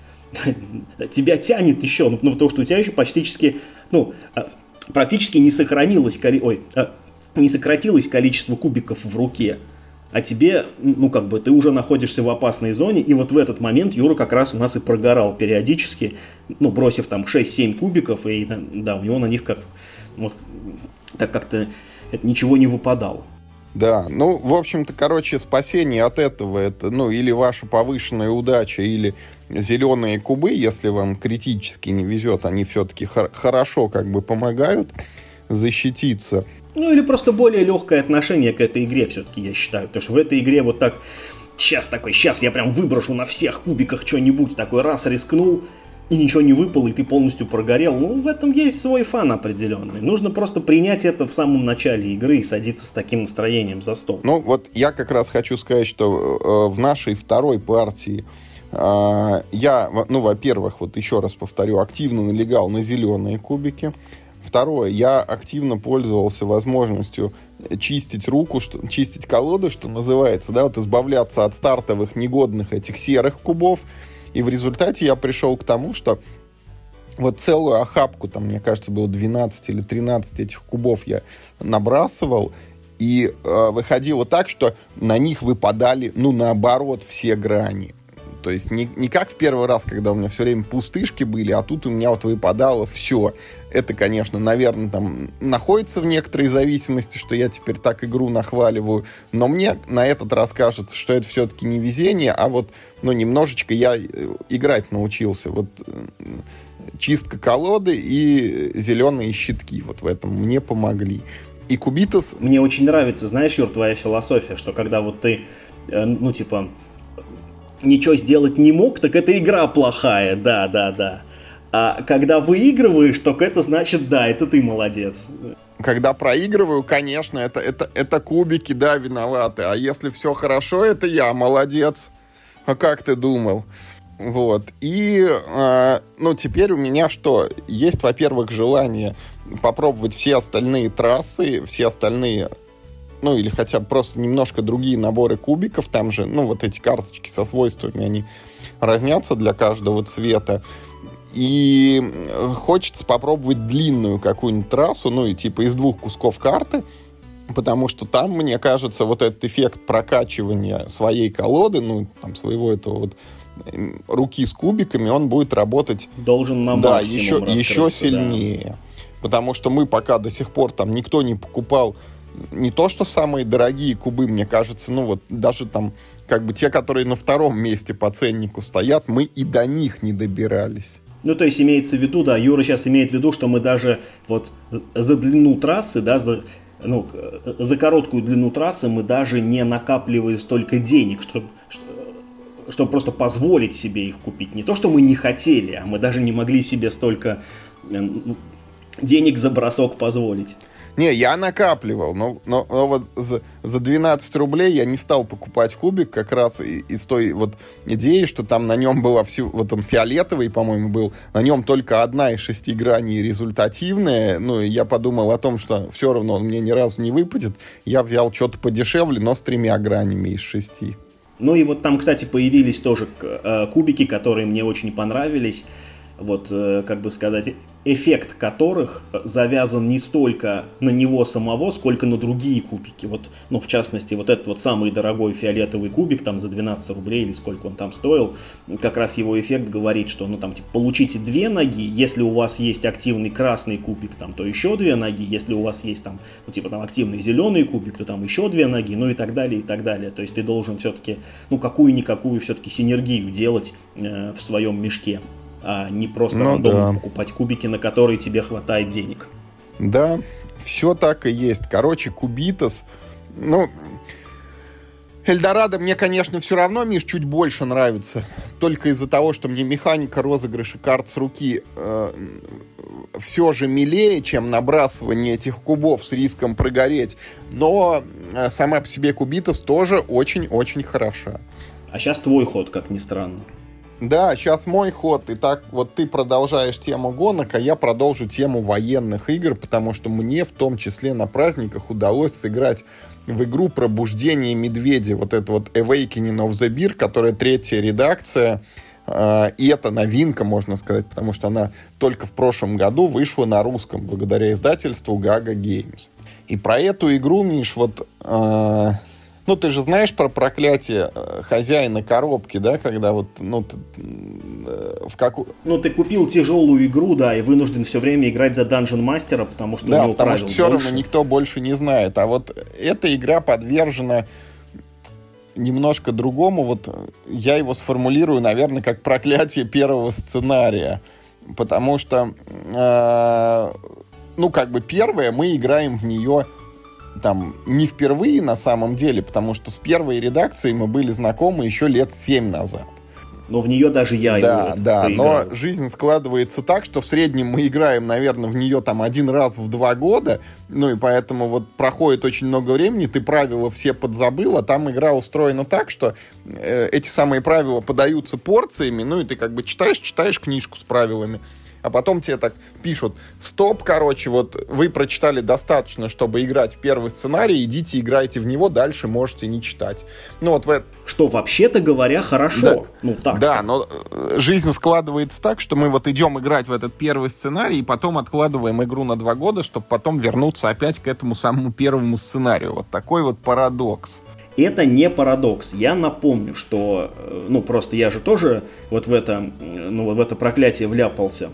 Тебя тянет еще, ну, потому что у тебя еще практически, ну, практически не сохранилось, ой, не сократилось количество кубиков в руке. А тебе, ну, как бы, ты уже находишься в опасной зоне, и вот в этот момент Юра как раз у нас и прогорал периодически, ну, бросив там шесть-семь кубиков, и, да, у него на них как, вот, так как-то это ничего не выпадало. Да, ну, в общем-то, короче, спасение от этого, это, ну, или ваша повышенная удача, или зеленые кубы, если вам критически не везет, они все-таки хор- хорошо, как бы, помогают защититься. Ну, или просто более легкое отношение к этой игре, все-таки, я считаю. Потому что в этой игре вот так, сейчас такой, сейчас я прям выброшу на всех кубиках что-нибудь, такой раз рискнул, и ничего не выпало, и ты полностью прогорел. Ну, в этом есть свой фан определенный. Нужно просто принять это в самом начале игры и садиться с таким настроением за стол. Ну, вот я как раз хочу сказать, что э, в нашей второй партии э, я, ну, во-первых, вот еще раз повторю, активно налегал на зеленые кубики. Второе, я активно пользовался возможностью чистить руку, что, чистить колоду, что называется, да, вот избавляться от стартовых негодных этих серых кубов. И в результате я пришел к тому, что вот целую охапку, там, мне кажется, было двенадцать или тринадцать этих кубов я набрасывал, и э, выходило так, что на них выпадали, ну, наоборот, все грани. То есть не, не как в первый раз, когда у меня все время пустышки были, а тут у меня вот выпадало все. Это, конечно, наверное, там находится в некоторой зависимости, что я теперь так игру нахваливаю, но мне на этот раз кажется, что это все-таки не везение, а вот, ну, немножечко я играть научился. Вот чистка колоды и зеленые щитки вот в этом мне помогли. И Кубитас... Мне очень нравится, знаешь, Юр, твоя философия, что когда вот ты, ну, типа... ничего сделать не мог, так это игра плохая, да, да, да. А когда выигрываешь, только это значит, да, это ты молодец. Когда проигрываю, конечно, это, это, это кубики, да, виноваты. А если все хорошо, это я молодец. А как ты думал? Вот. И, э, ну, теперь у меня что? Есть, во-первых, желание попробовать все остальные трассы, все остальные... ну, или хотя бы просто немножко другие наборы кубиков, там же, ну, вот эти карточки со свойствами, они разнятся для каждого цвета, и хочется попробовать длинную какую-нибудь трассу, ну, и типа из двух кусков карты, потому что там, мне кажется, вот этот эффект прокачивания своей колоды, ну, там, своего этого вот руки с кубиками, он будет работать... должен на да, максимум еще, еще сильнее, да. Потому что мы пока до сих пор там никто не покупал не то, что самые дорогие кубы, мне кажется, ну вот даже там, как бы те, которые на втором месте по ценнику стоят, мы и до них не добирались. Ну, то есть имеется в виду, да, Юра сейчас имеет в виду, что мы даже вот за длину трассы, да, за, ну, за короткую длину трассы мы даже не накапливали столько денег, чтобы, чтобы просто позволить себе их купить. Не то, что мы не хотели, а мы даже не могли себе столько денег за бросок позволить. Не, я накапливал, но, но, но вот за, за двенадцать рублей я не стал покупать кубик как раз из той вот идеи, что там на нем было все, вот он фиолетовый, по-моему, был, на нем только одна из шести граней результативная, ну, и я подумал о том, что все равно он мне ни разу не выпадет, я взял что-то подешевле, но с тремя гранями из шести. Ну и вот там, кстати, появились тоже кубики, которые мне очень понравились. Вот, как бы сказать, эффект которых завязан не столько на него самого, сколько на другие кубики. Вот, ну, в частности, вот этот вот самый дорогой фиолетовый кубик, там, за двенадцать рублей, или сколько он там стоил, как раз его эффект говорит, что, ну, там, типа, получите две ноги, если у вас есть активный красный кубик, там, то еще две ноги, если у вас есть, там, ну, типа, там, активный зеленый кубик, то там еще две ноги, ну, и так далее, и так далее. То есть ты должен все-таки, ну, какую-никакую все-таки синергию делать э, в своем мешке, а не просто ну, рандомно да. покупать кубики, на которые тебе хватает денег. Да, все так и есть. Короче, Кубитас, ну, Эльдорадо мне, конечно, все равно, Миш, чуть больше нравится. Только из-за того, что мне механика розыгрыша карт с руки э, все же милее, чем набрасывание этих кубов с риском прогореть. Но э, сама по себе Кубитас тоже очень-очень хороша. А сейчас твой ход, как ни странно. Да, сейчас мой ход, и так вот ты продолжаешь тему гонок, а я продолжу тему военных игр, потому что мне в том числе на праздниках удалось сыграть в игру «Пробуждение медведя», вот это вот Awakening of the Bear, которая третья редакция, э, и это новинка, можно сказать, потому что она только в прошлом году вышла на русском, благодаря издательству Gaga Games. И про эту игру, Миш, вот... Э, Ну, ты же знаешь про проклятие хозяина коробки, да, когда вот, ну, ты, в какую... Ну, ты купил тяжелую игру, да, и вынужден все время играть за Dungeon Master, потому что да, у него потому правил что все больше. равно никто больше не знает. А вот эта игра подвержена немножко другому. Вот я его сформулирую, наверное, как проклятие первого сценария. Потому что, э, ну, как бы первое, мы играем в нее... там не впервые на самом деле, потому что с первой редакцией мы были знакомы еще лет семь назад. Но в нее даже я да, его да, поиграл. но жизнь складывается так, что в среднем мы играем, наверное, в нее там один раз в два года, ну и поэтому вот проходит очень много времени, ты правила все подзабыл, а там игра устроена так, что э, эти самые правила подаются порциями, ну и ты как бы читаешь, читаешь книжку с правилами, а потом тебе так пишут: стоп, короче, вот вы прочитали достаточно, чтобы играть в первый сценарий, идите играйте в него, дальше можете не читать. Ну вот в... Что, вообще-то говоря, хорошо. Да, ну, так да, но жизнь складывается так, что мы вот идем играть в этот первый сценарий, и потом откладываем игру на два года, чтобы потом вернуться опять к этому самому первому сценарию. Вот такой вот парадокс. Это не парадокс. Я напомню, что, ну, просто я же тоже вот в это, ну, в это проклятие вляпался.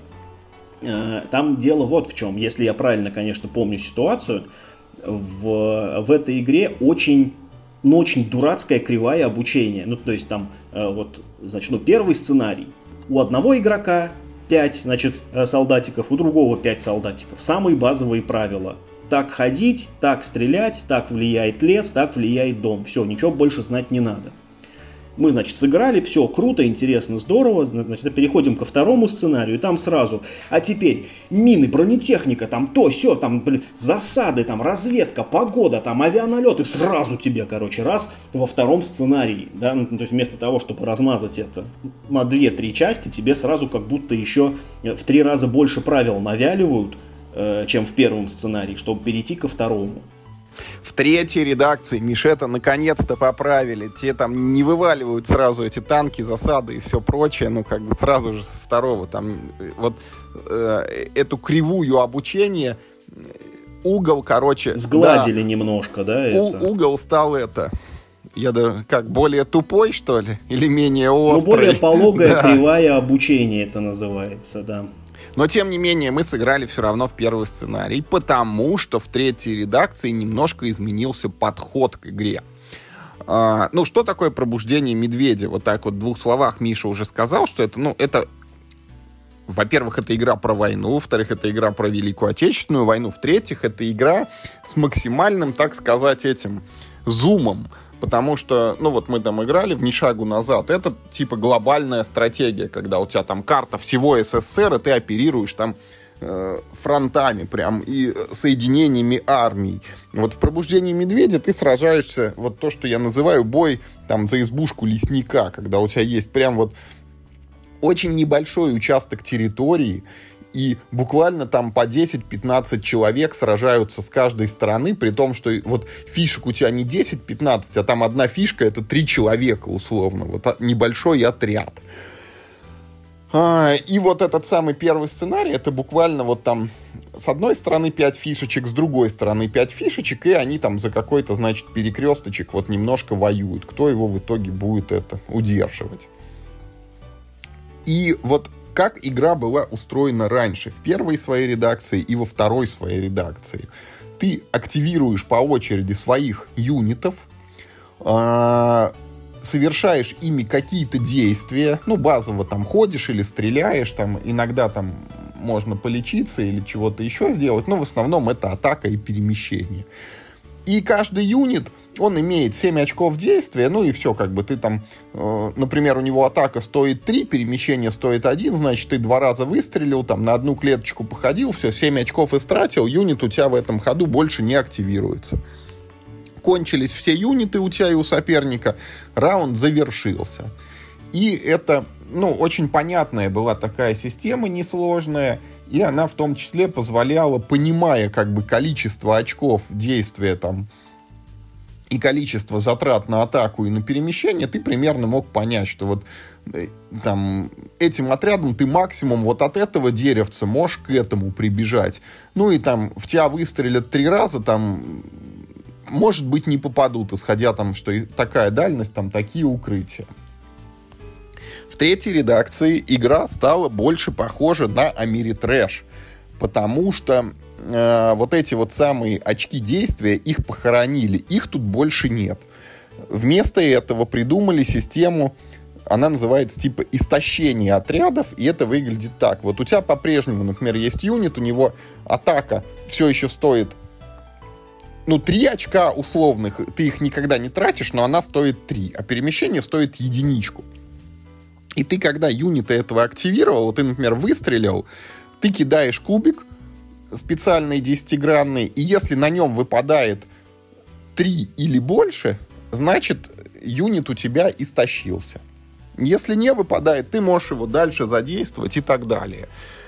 Там дело вот в чем. Если я правильно, конечно, помню ситуацию, в, в этой игре очень, ну, очень дурацкое кривая обучения. Ну, то есть там, вот, значит, ну, первый сценарий. У одного игрока пять, значит, солдатиков, у другого пять солдатиков. Самые базовые правила. Так ходить, так стрелять, так влияет лес, так влияет дом. Все, ничего больше знать не надо. Мы, значит, сыграли, все круто, интересно, здорово. Значит, переходим ко второму сценарию, и там сразу. А теперь мины, бронетехника, там то, все, там, блин, засады, там, разведка, погода, там, авианалеты. Сразу тебе, короче, раз во втором сценарии. Да? Ну, то есть вместо того, чтобы размазать это на две-три части, тебе сразу как будто еще в три раза больше правил навяливают, чем в первом сценарии, чтобы перейти ко второму. В третьей редакции, Миш, это наконец-то поправили. Те там не вываливают сразу эти танки, засады и все прочее. Ну, как бы сразу же со второго. Там вот э, эту кривую обучения, угол, короче... Сгладили да, немножко, да? У, это? Угол стал это... Я даже как, более тупой, что ли? Или менее острый? Ну, более пологая да. кривая обучения это называется, да. Но, тем не менее, мы сыграли все равно в первый сценарий, потому что в третьей редакции немножко изменился подход к игре. А, ну, что такое пробуждение медведя? Вот так вот в двух словах Миша уже сказал, что это, ну, это... Во-первых, это игра про войну, во-вторых, это игра про Великую Отечественную войну, в-третьих, это игра с максимальным, так сказать, этим зумом. Потому что, ну вот мы там играли в «Ни шагу назад». Это типа глобальная стратегия, когда у тебя там карта всего СССР, и ты оперируешь там э, фронтами прям и соединениями армий. Вот в «Пробуждении медведя» ты сражаешься, вот то, что я называю бой там за избушку лесника, когда у тебя есть прям вот очень небольшой участок территории, и буквально там по десять-пятнадцать человек сражаются с каждой стороны, при том, что вот фишек у тебя не десять-пятнадцать, а там одна фишка — это три человека условно, вот небольшой отряд. И вот этот самый первый сценарий, это буквально вот там с одной стороны пять фишечек, с другой стороны пять фишечек, и они там за какой-то, значит, перекресточек вот немножко воюют. Кто его в итоге будет это удерживать? И вот как игра была устроена раньше, в первой своей редакции и во второй своей редакции. Ты активируешь по очереди своих юнитов, совершаешь ими какие-то действия, ну, базово там ходишь или стреляешь, там иногда там можно полечиться или чего-то еще сделать, но в основном это атака и перемещение. И каждый юнит, он имеет семь очков действия, ну и все, как бы ты там, э, например, у него атака стоит три, перемещение стоит один, значит, ты два раза выстрелил, там на одну клеточку походил, все, семь очков истратил, юнит у тебя в этом ходу больше не активируется. Кончились все юниты у тебя и у соперника, раунд завершился. И это, ну, очень понятная была такая система, несложная, и она в том числе позволяла, понимая как бы количество очков действия там и количество затрат на атаку и на перемещение, ты примерно мог понять, что вот там этим отрядом ты максимум вот от этого деревца можешь к этому прибежать. Ну и там в тебя выстрелят три раза, там может быть не попадут, исходя там, что такая дальность, там такие укрытия. В третьей редакции игра стала больше похожа на Америтрэш, потому что э, вот эти вот самые очки действия, их похоронили, их тут больше нет. Вместо этого придумали систему, она называется типа истощение отрядов, и это выглядит так. Вот у тебя по-прежнему, например, есть юнит, у него атака все еще стоит, ну, три очка условных, ты их никогда не тратишь, но она стоит три, а перемещение стоит единичку. И ты, когда юнита этого активировал, ты, например, выстрелил, ты кидаешь кубик специальный десятигранный, и если на нем выпадает три или больше, значит, юнит у тебя истощился. Если не выпадает, ты можешь его дальше задействовать и так далее.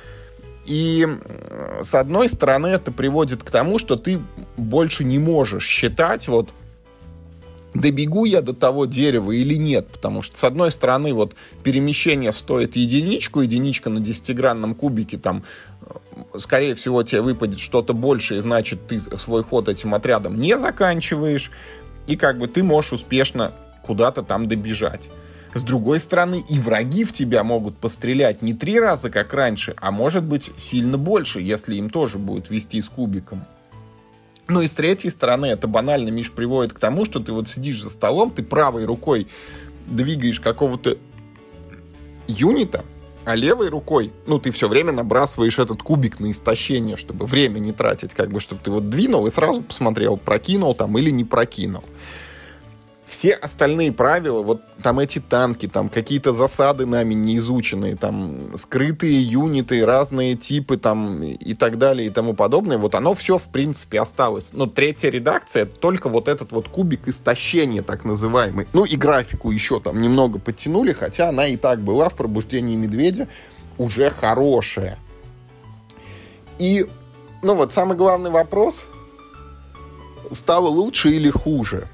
И, с одной стороны, это приводит к тому, что ты больше не можешь считать, вот, добегу я до того дерева или нет, потому что, с одной стороны, вот, перемещение стоит единичку, единичка на десятигранном кубике, там, скорее всего, тебе выпадет что-то большее, значит, ты свой ход этим отрядом не заканчиваешь, и, как бы, ты можешь успешно куда-то там добежать. С другой стороны, и враги в тебя могут пострелять не три раза, как раньше, а может быть сильно больше, если им тоже будет вести с кубиком. Ну и с третьей стороны, это банально, Миш, приводит к тому, что ты вот сидишь за столом, ты правой рукой двигаешь какого-то юнита, а левой рукой, ну, ты все время набрасываешь этот кубик на истощение, чтобы время не тратить, как бы, чтобы ты вот двинул и сразу посмотрел, прокинул там или не прокинул. Все остальные правила, вот там эти танки, там какие-то засады нами неизученные, там скрытые юниты, разные типы там и так далее и тому подобное, вот оно все в принципе осталось. Но третья редакция — это только вот этот вот кубик истощения, так называемый. Ну и графику еще там немного подтянули, хотя она и так была в «Пробуждении медведя» уже хорошая. И, ну вот, самый главный вопрос: стало лучше или хуже?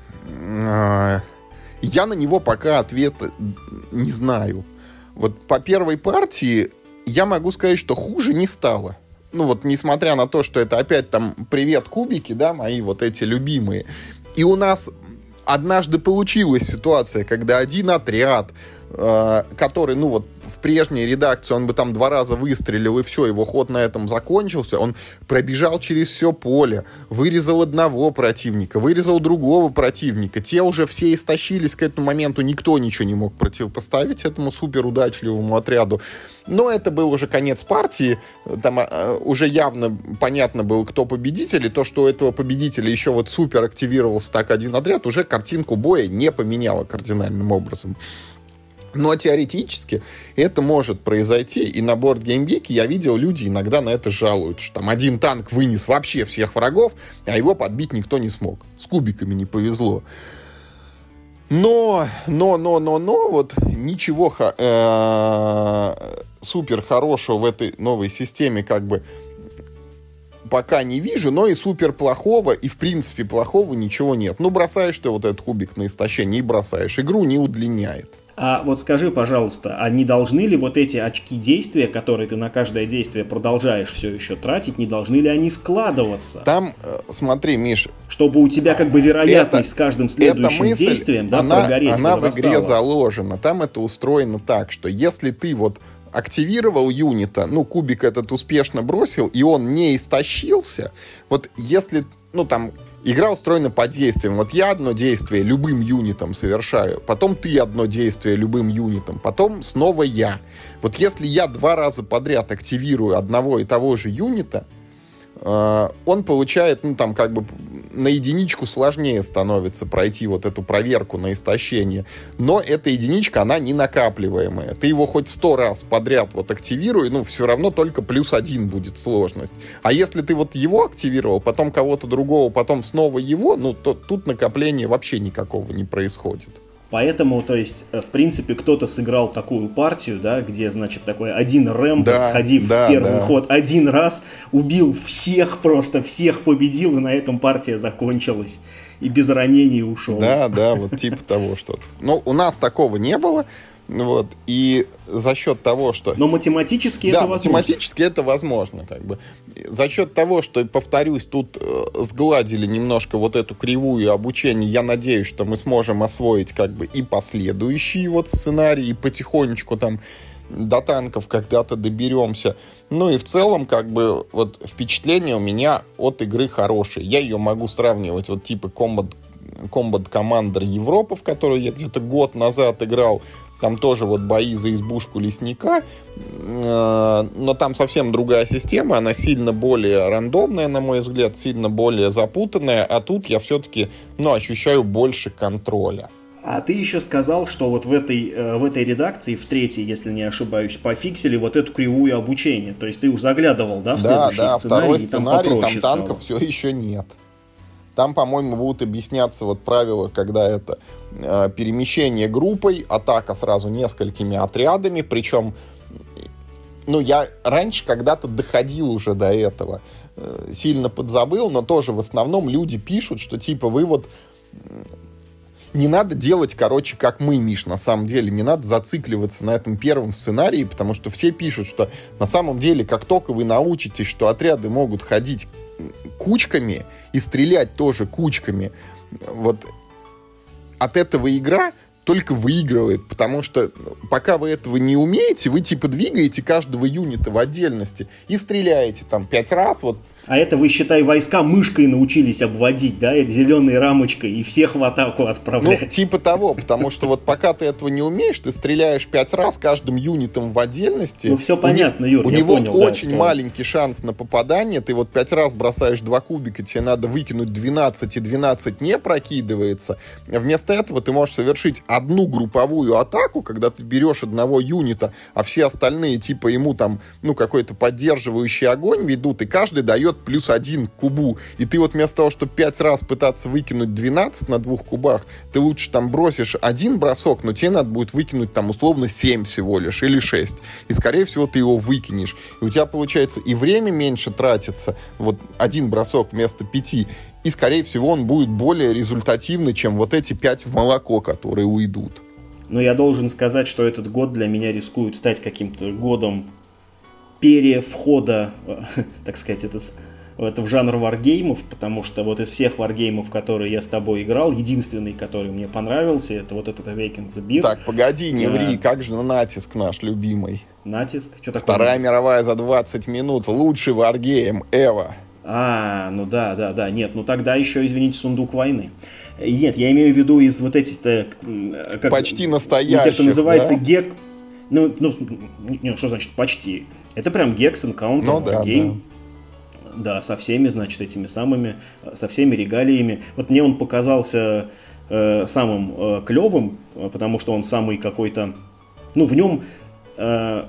Я на него пока ответа не знаю. Вот по первой партии я могу сказать, что хуже не стало. Ну вот, несмотря на то, что это опять там привет кубики, да, мои вот эти любимые. И у нас однажды получилась ситуация, когда один отряд, э, который, ну вот, в прежней редакции он бы там два раза выстрелил, и все, его ход на этом закончился, он пробежал через все поле, вырезал одного противника, вырезал другого противника, те уже все истощились к этому моменту, никто ничего не мог противопоставить этому суперудачливому отряду. Но это был уже конец партии, там э, уже явно понятно было, кто победитель, и то, что у этого победителя еще вот супер активировался так один отряд, уже картинку боя не поменяло кардинальным образом. Но теоретически это может произойти, и на Board Game Geek я видел, люди иногда на это жалуются, что там один танк вынес вообще всех врагов, а его подбить никто не смог. С кубиками не повезло. Но, но, но, но, но, вот ничего э, супер хорошего в этой новой системе как бы пока не вижу, но и супер плохого, и в принципе плохого ничего нет. Ну, бросаешь ты вот этот кубик на истощение и бросаешь. Игру не удлиняет. А вот скажи, пожалуйста, а не должны ли вот эти очки действия, которые ты на каждое действие продолжаешь все еще тратить, не должны ли они складываться? Там, смотри, Миш... Чтобы у тебя как бы вероятность это, с каждым следующим мысль, действием, да, она, прогореть она возрастала. в игре заложена. Там это устроено так, что если ты вот активировал юнита, ну, кубик этот успешно бросил, и он не истощился, вот если, ну, там... Игра устроена по действиям. Вот я одно действие любым юнитом совершаю, потом ты одно действие любым юнитом, потом снова я. Вот если я два раза подряд активирую одного и того же юнита, э, он получает, ну, там, как бы на единичку сложнее становится пройти вот эту проверку на истощение. Но эта единичка, она не накапливаемая. Ты его хоть сто раз подряд вот активируй, ну, все равно только плюс один будет сложность. А если ты вот его активировал, потом кого-то другого, потом снова его, ну, то тут накопления вообще никакого не происходит. Поэтому, то есть, в принципе, кто-то сыграл такую партию, да, где, значит, такой один Рэмбо, да, сходив да, в первый да. ход один раз, убил всех просто, всех победил, и на этом партия закончилась. И без ранений ушел. Да, да, вот типа того что-то. Но у нас такого не было. Вот, и за счет того, что... Но математически да, это возможно. математически это возможно, как бы. За счет того, что, повторюсь, тут э, сгладили немножко вот эту кривую обучения, я надеюсь, что мы сможем освоить как бы и последующие вот сценарии, и потихонечку там до танков когда-то доберемся. Ну и в целом, как бы, вот впечатление у меня от игры хорошее. Я ее могу сравнивать вот типа Combat, Combat Commander Европа, в которую я где-то год назад играл. Там тоже вот бои за избушку лесника, но там совсем другая система, она сильно более рандомная, на мой взгляд, сильно более запутанная, а тут я все-таки, ну, ощущаю больше контроля. А ты еще сказал, что вот в этой, в этой редакции, в третьей, если не ошибаюсь, пофиксили вот эту кривую обучения. То есть ты уж заглядывал, да, в да, следующий да, сценарий, второй и там сценарий, попроще там танков стало. все еще нет. Там, по-моему, будут объясняться вот правила, когда это э, перемещение группой, атака сразу несколькими отрядами, причем, ну, я раньше когда-то доходил уже до этого, э, сильно подзабыл, но тоже в основном люди пишут, что типа вы вот... Не надо делать, короче, как мы, Миш, на самом деле. Не надо зацикливаться на этом первом сценарии, потому что все пишут, что на самом деле, как только вы научитесь, что отряды могут ходить кучками и стрелять тоже кучками, вот от этого игра только выигрывает, потому что пока вы этого не умеете, вы типа двигаете каждого юнита в отдельности и стреляете там пять раз, вот. А это, вы, считай, войска мышкой научились обводить, да, это зеленой рамочкой, и всех в атаку отправлять. Ну, типа того, потому что вот пока ты этого не умеешь, ты стреляешь пять раз каждым юнитом в отдельности. Ну, все понятно, Юр, У я него понял, очень да, маленький шанс на попадание, ты вот пять раз бросаешь два кубика, тебе надо выкинуть двенадцать, и двенадцать не прокидывается. Вместо этого ты можешь совершить одну групповую атаку, когда ты берешь одного юнита, а все остальные типа ему там, ну, какой-то поддерживающий огонь ведут, и каждый дает плюс один к кубу. И ты вот вместо того, чтобы пять раз пытаться выкинуть двенадцать на двух кубах, ты лучше там бросишь один бросок, но тебе надо будет выкинуть там условно семь всего лишь, или шесть. И скорее всего ты его выкинешь. И у тебя получается и время меньше тратится, вот один бросок вместо пяти, и скорее всего он будет более результативный, чем вот эти пять в молоко, которые уйдут. Но я должен сказать, что этот год для меня рискует стать каким-то годом перевхода, так сказать, это, это в жанр варгеймов, потому что вот из всех варгеймов, которые я с тобой играл, единственный, который мне понравился, это вот этот Awaken the Beard. Так, погоди, не ври, как же натиск наш любимый? Натиск? Что такое Вторая натиск? мировая за двадцать минут, лучший варгейм ever. А, ну да, да, да, нет, ну тогда еще, извините, сундук войны. Нет, я имею в виду из вот этих, как, почти настоящих, ну, те, что называется да? гек, ну, ну, не, что значит почти? Это прям гекс, энкаунтер, ну, да, гейм. Да. да, со всеми, значит, этими самыми, со всеми регалиями. Вот мне он показался э, самым э, клевым, потому что он самый какой-то ну, в нем... Э,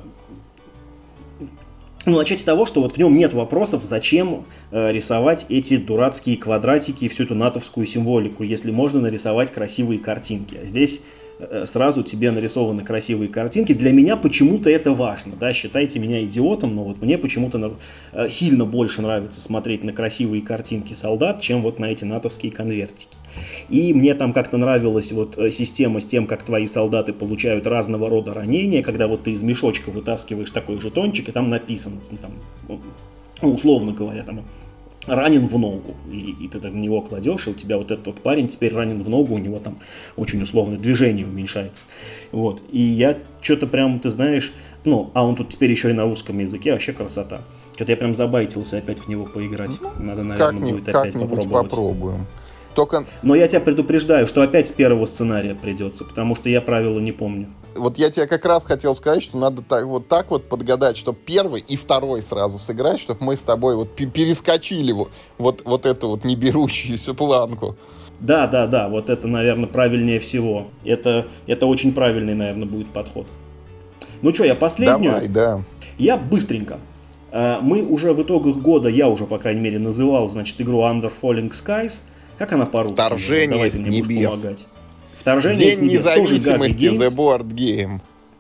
ну, начать с того, что вот в нем нет вопросов, зачем э, рисовать эти дурацкие квадратики и всю эту натовскую символику, если можно нарисовать красивые картинки. А здесь э, сразу тебе нарисованы красивые картинки. Для меня почему-то это важно, да, считайте меня идиотом, но вот мне почему-то э, сильно больше нравится смотреть на красивые картинки солдат, чем вот на эти натовские конвертики. И мне там как-то нравилась вот система с тем, как твои солдаты получают разного рода ранения, когда вот ты из мешочка вытаскиваешь такой жетончик, и там написано, там, ну, условно говоря, там ранен в ногу, и, и ты так на него кладешь, и у тебя вот этот вот парень теперь ранен в ногу, у него там очень условно движение уменьшается. Вот. И я что-то прям, ты знаешь, ну, а он тут теперь еще и на русском языке, вообще красота. Что-то я прям забайтился опять в него поиграть. Надо, наверное, будет опять попробовать. Попробуем. Только... Но я тебя предупреждаю, что опять с первого сценария придется, потому что я правила не помню. Вот я тебе как раз хотел сказать, что надо так вот, так вот подгадать, чтобы первый и второй сразу сыграть, чтобы мы с тобой вот перескочили вот, вот, вот эту вот неберущуюся планку. Да, да, да, вот это, наверное, правильнее всего. Это, это очень правильный, наверное, будет подход. Ну что, я последнюю? Давай, да. Я быстренько. Мы уже в итогах года, я уже, по крайней мере, называл, значит, игру Under Falling Skies. Как она по-русски? Вторжение с небес. Вторжение День с небес. независимости, The Board Game.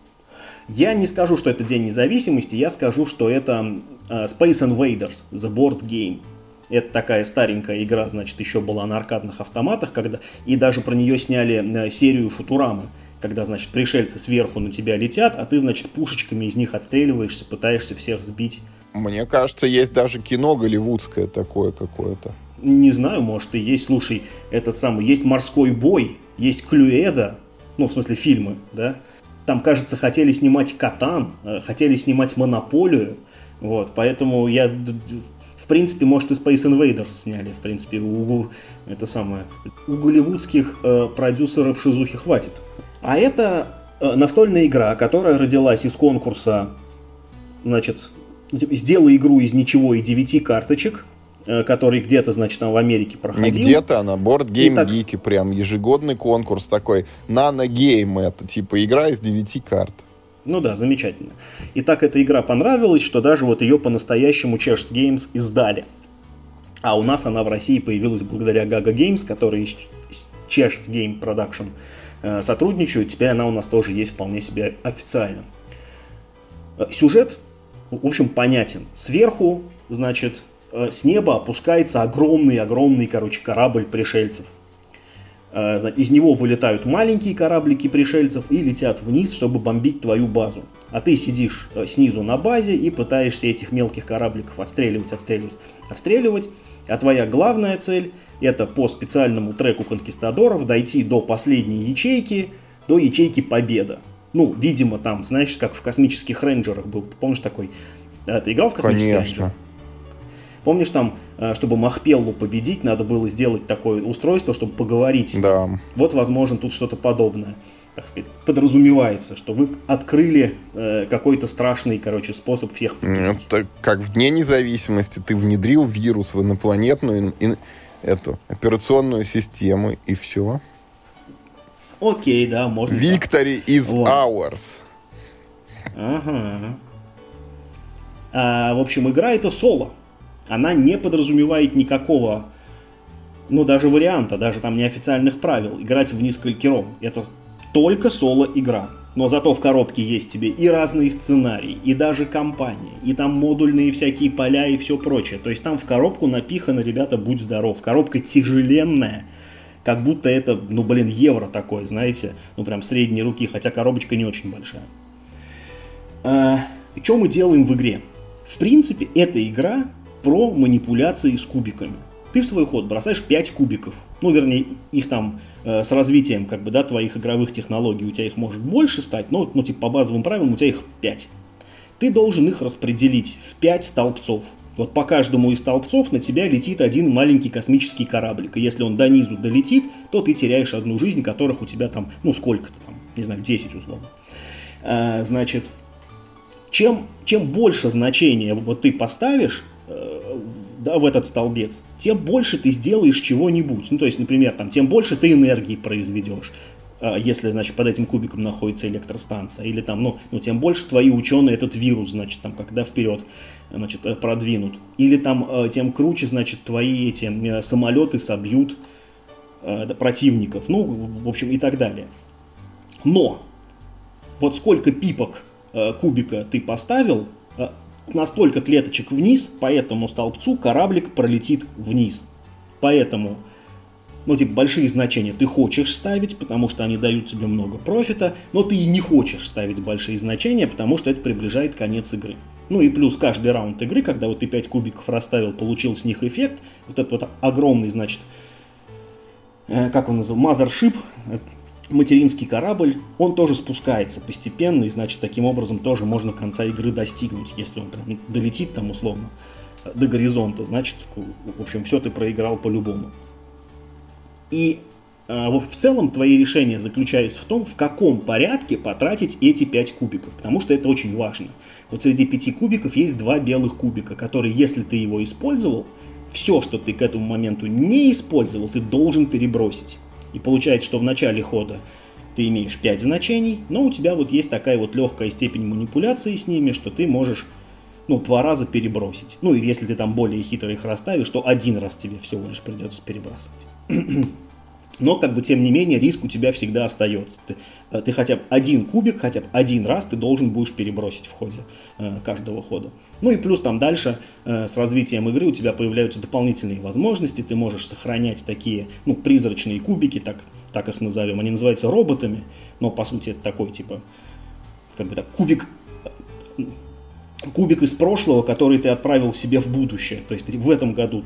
Я не скажу, что это День независимости, я скажу, что это uh, Space Invaders, The Board Game. Это такая старенькая игра, значит, еще была на аркадных автоматах, когда... и даже про нее сняли uh, серию Футурамы, когда, значит, пришельцы сверху на тебя летят, а ты, значит, пушечками из них отстреливаешься, пытаешься всех сбить. Мне кажется, есть даже кино голливудское такое какое-то. Не знаю, может и есть, слушай, этот самый, есть «Морской бой», есть «Клюэда», ну, в смысле, фильмы, да, там, кажется, хотели снимать «Катан», хотели снимать «Монополию», вот, поэтому я, в принципе, может, и Space Invaders сняли, в принципе, у, это самое, у голливудских э, продюсеров шизухи хватит. А это э, настольная игра, которая родилась из конкурса, значит, «Сделай игру из ничего и девяти карточек», который где-то, значит, там в Америке проходил. Не где-то, а на Board Game так... Geek, прям ежегодный конкурс такой. Нано-гейм это, типа игра из девяти карт. Ну да, замечательно. И так эта игра понравилась, что даже вот ее по-настоящему Chess Games издали. А у нас она в России появилась благодаря Gaga Games, которые с Chess Game Production э, сотрудничают. Теперь она у нас тоже есть вполне себе официально. Сюжет, в общем, понятен. Сверху, значит, с неба опускается огромный-огромный, короче, корабль пришельцев. Из него вылетают маленькие кораблики пришельцев и летят вниз, чтобы бомбить твою базу. А ты сидишь снизу на базе и пытаешься этих мелких корабликов отстреливать, отстреливать, отстреливать. А твоя главная цель — это по специальному треку конкистадоров дойти до последней ячейки, до ячейки Победа. Ну, видимо, там, знаешь, как в космических рейнджерах был. Ты помнишь такой? Ты играл в космический рейнджер? Помнишь, там, чтобы Махпеллу победить, надо было сделать такое устройство, чтобы поговорить. Да. Вот, возможно, тут что-то подобное, так сказать, подразумевается, что вы открыли э, какой-то страшный, короче, способ всех победить. Это как в Дне независимости ты внедрил вирус в инопланетную ин, эту операционную систему, и все. Окей, да, можно. Victory так. is вот. ours. Ага. А, в общем, игра это соло. Она не подразумевает никакого, ну, даже варианта, даже там неофициальных правил играть в низкалькером. Это только соло-игра. Но зато в коробке есть тебе и разные сценарии, и даже кампания, и там модульные всякие поля и все прочее. То есть там в коробку напихано, ребята, будь здоров. Коробка тяжеленная, как будто это, ну, блин, евро такое, знаете, ну, прям средней руки, хотя коробочка не очень большая. А, что мы делаем в игре? В принципе, эта игра про манипуляции с кубиками. Ты в свой ход бросаешь пять кубиков. Ну, вернее, их там э, с развитием, как бы, да, твоих игровых технологий у тебя их может больше стать, но, ну, типа, по базовым правилам у тебя их пять. Ты должен их распределить в пять столбцов. Вот по каждому из столбцов на тебя летит один маленький космический кораблик. И если он до низу долетит, то ты теряешь одну жизнь, которых у тебя там, ну, сколько-то там, не знаю, десять условно. А, значит, чем, чем больше значения вот ты поставишь, да, в этот столбец, тем больше ты сделаешь чего-нибудь. Ну, то есть, например, там, тем больше ты энергии произведешь, если, значит, под этим кубиком находится электростанция, или там, ну, ну, тем больше твои ученые этот вирус, значит, там, когда вперед, значит, продвинут. Или там, тем круче, значит, твои эти самолеты собьют противников, ну, в общем, и так далее. Но вот сколько пипок кубика ты поставил, на столько клеточек вниз, по этому столбцу кораблик пролетит вниз. Поэтому, ну, типа, большие значения ты хочешь ставить, потому что они дают тебе много профита, но ты и не хочешь ставить большие значения, потому что это приближает конец игры. Ну и плюс каждый раунд игры, когда вот ты пять кубиков расставил, получил с них эффект, вот этот вот огромный, значит, как он называется, Mothership, материнский корабль, он тоже спускается постепенно, и, значит, таким образом тоже можно конца игры достигнуть. Если он прям долетит там условно до горизонта, значит, в общем, все ты проиграл по-любому. И э, в целом твои решения заключаются в том, в каком порядке потратить эти пять кубиков, потому что это очень важно. Вот среди пяти кубиков есть два белых кубика, которые, если ты его использовал, все, что ты к этому моменту не использовал, ты должен перебросить. И получается, что в начале хода ты имеешь пять значений, но у тебя вот есть такая вот легкая степень манипуляции с ними, что ты можешь, ну, два раза перебросить. Ну, и если ты там более хитро их расставишь, то один раз тебе всего лишь придется перебрасывать. Но, как бы, тем не менее, риск у тебя всегда остается. Ты, ты хотя бы один кубик, хотя бы один раз ты должен будешь перебросить в ходе э, каждого хода. Ну и плюс там дальше э, с развитием игры у тебя появляются дополнительные возможности. Ты можешь сохранять такие, ну, призрачные кубики, так, так их назовем. Они называются роботами, но по сути это такой, типа, как бы так, кубик... Кубик из прошлого, который ты отправил себе в будущее. То есть в этом году...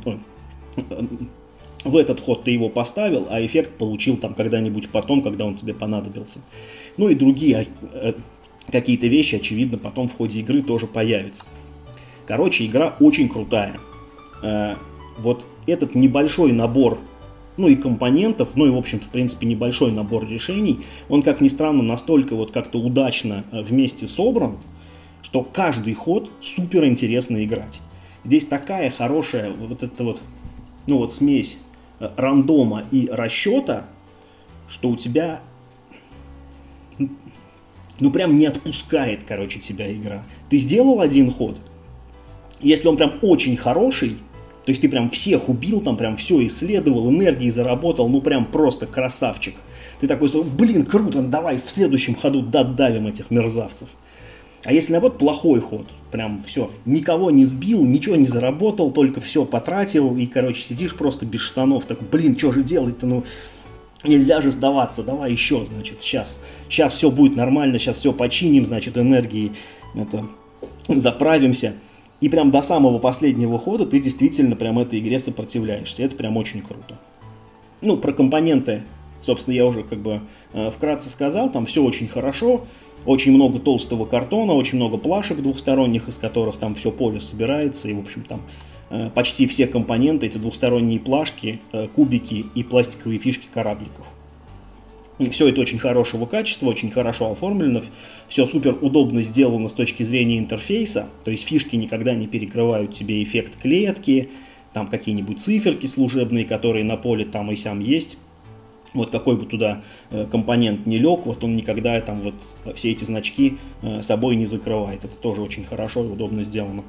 В этот ход ты его поставил, а эффект получил там когда-нибудь потом, когда он тебе понадобился. Ну и другие э, какие-то вещи, очевидно, потом в ходе игры тоже появятся. Короче, игра очень крутая. Э, вот этот небольшой набор, ну и компонентов, ну и, в общем-то, в принципе, небольшой набор решений, он, как ни странно, настолько вот как-то удачно вместе собран, что каждый ход супер интересно играть. Здесь такая хорошая вот эта вот, ну вот смесь рандома и расчета, что у тебя, ну прям не отпускает, короче, тебя игра. Ты сделал один ход, если он прям очень хороший, то есть ты прям всех убил, там прям все исследовал, энергии заработал, ну прям просто красавчик. Ты такой, блин, круто, давай в следующем ходу додавим этих мерзавцев. А если наоборот плохой ход, прям все, никого не сбил, ничего не заработал, только все потратил, и, короче, сидишь просто без штанов, такой, блин, что же делать-то, ну, нельзя же сдаваться, давай еще, значит, сейчас, сейчас все будет нормально, сейчас все починим, значит, энергией это, заправимся. И прям до самого последнего хода ты действительно прям этой игре сопротивляешься, это прям очень круто. Ну, про компоненты, собственно, я уже как бы э, вкратце сказал, там все очень хорошо. Очень много толстого картона, очень много плашек двухсторонних, из которых там все поле собирается. И, в общем, там э, почти все компоненты, эти двухсторонние плашки, э, кубики и пластиковые фишки корабликов. И все это очень хорошего качества, очень хорошо оформлено. Все супер удобно сделано с точки зрения интерфейса. То есть фишки никогда не перекрывают тебе эффект клетки. Там какие-нибудь циферки служебные, которые на поле там и сям есть. Вот какой бы туда э, компонент не лег, вот он никогда там вот все эти значки э, собой не закрывает. Это тоже очень хорошо и удобно сделано.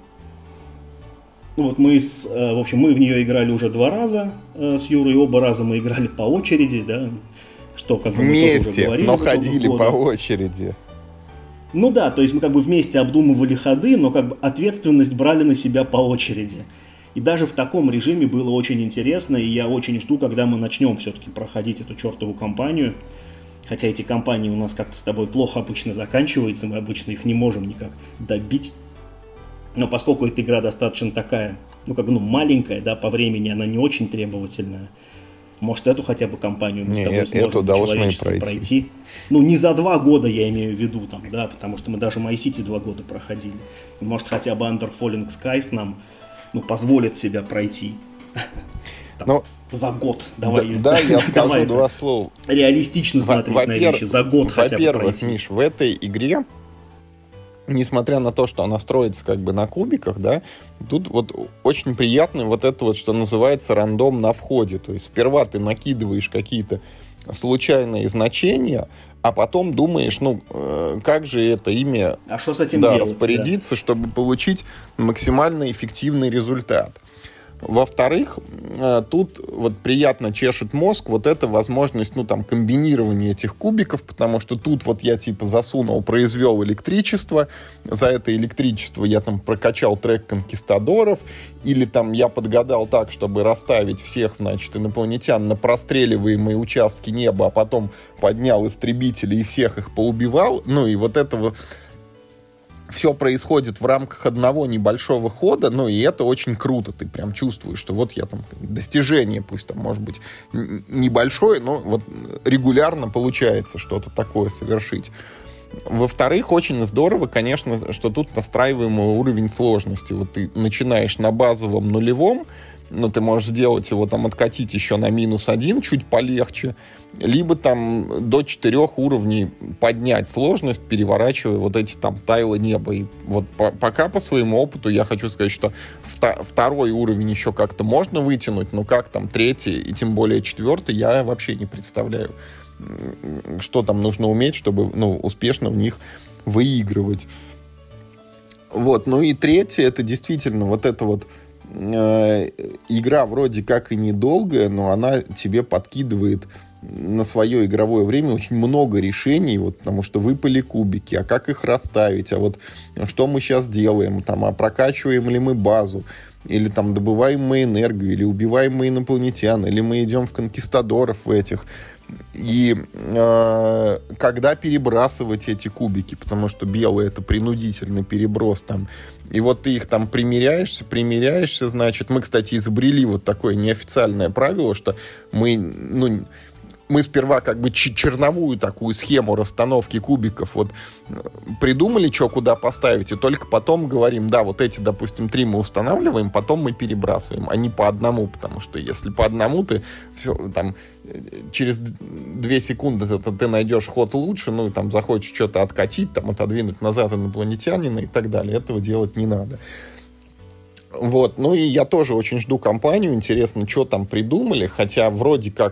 Ну вот мы, с, э, в общем, мы в нее играли уже два раза э, с Юрой, оба раза мы играли по очереди, да, что как бы вместе, мы тоже говорили, но ходили по очереди. Ну да, то есть мы как бы вместе обдумывали ходы, но как бы ответственность брали на себя по очереди. И даже в таком режиме было очень интересно, и я очень жду, когда мы начнем все-таки проходить эту чертову кампанию. Хотя эти кампании у нас как-то с тобой плохо обычно заканчиваются, мы обычно их не можем никак добить. Но поскольку эта игра достаточно такая, ну как бы ну, маленькая, да, по времени она не очень требовательная, может эту хотя бы кампанию мы не, с тобой сможем по-человечески пройти. пройти. Ну не за два года я имею в виду, там, да, потому что мы даже My City два года проходили. Может хотя бы Under Falling Skies нам ну, позволит себя пройти там, ну, за год. Давай, да, да, я скажу два слова. Реалистично смотреть на вещи. За год хотя бы пройти. Во-первых, Миш, в этой игре, несмотря на то, что она строится как бы на кубиках, да, тут вот очень приятно вот это вот, что называется рандом на входе. То есть сперва ты накидываешь какие-то случайные значения, а потом думаешь, ну, э, как же это ими а что с этим да, делать, распорядиться, да? чтобы получить максимально эффективный результат. Во-вторых, тут вот приятно чешет мозг вот эта возможность, ну, там, комбинирования этих кубиков, потому что тут вот я, типа, засунул, произвел электричество, за это электричество я, там, прокачал трек конкистадоров, или, там, я подгадал так, чтобы расставить всех, значит, инопланетян на простреливаемые участки неба, а потом поднял истребители и всех их поубивал, ну, и вот этого... Все происходит в рамках одного небольшого хода, ну, и это очень круто. Ты прям чувствуешь, что вот я там... Достижение, пусть там, может быть, небольшое, но вот регулярно получается что-то такое совершить. Во-вторых, очень здорово, конечно, что тут настраиваемый уровень сложности. Вот ты начинаешь на базовом нулевом, но ты можешь сделать его, там, откатить еще на минус один, чуть полегче, либо там до четырех уровней поднять сложность, переворачивая вот эти там тайлы неба. И вот по- пока по своему опыту я хочу сказать, что вта- второй уровень еще как-то можно вытянуть, но как там третий и тем более четвертый, я вообще не представляю, что там нужно уметь, чтобы, ну, успешно в них выигрывать. Вот, ну и третье, это действительно вот это вот э, игра вроде как и недолгая, но она тебе подкидывает на свое игровое время очень много решений, вот, потому что выпали кубики, а как их расставить, а вот что мы сейчас делаем, там, а прокачиваем ли мы базу, или там добываем мы энергию, или убиваем мы инопланетян, или мы идем в конкистадоров в этих. И э, когда перебрасывать эти кубики, потому что белый — это принудительный переброс там. И вот ты их там примеряешься, примеряешься, значит, мы, кстати, изобрели вот такое неофициальное правило, что мы, ну, мы сперва как бы черновую такую схему расстановки кубиков вот придумали, что куда поставить, и только потом говорим, да, вот эти, допустим, три мы устанавливаем, потом мы перебрасываем, а не по одному, потому что если по одному ты все, там, через две секунды ты, ты найдешь ход лучше, ну, и там захочешь что-то откатить, там, отодвинуть назад инопланетянина и так далее. Этого делать не надо. Вот, ну и я тоже очень жду компанию, интересно, что там придумали, хотя вроде как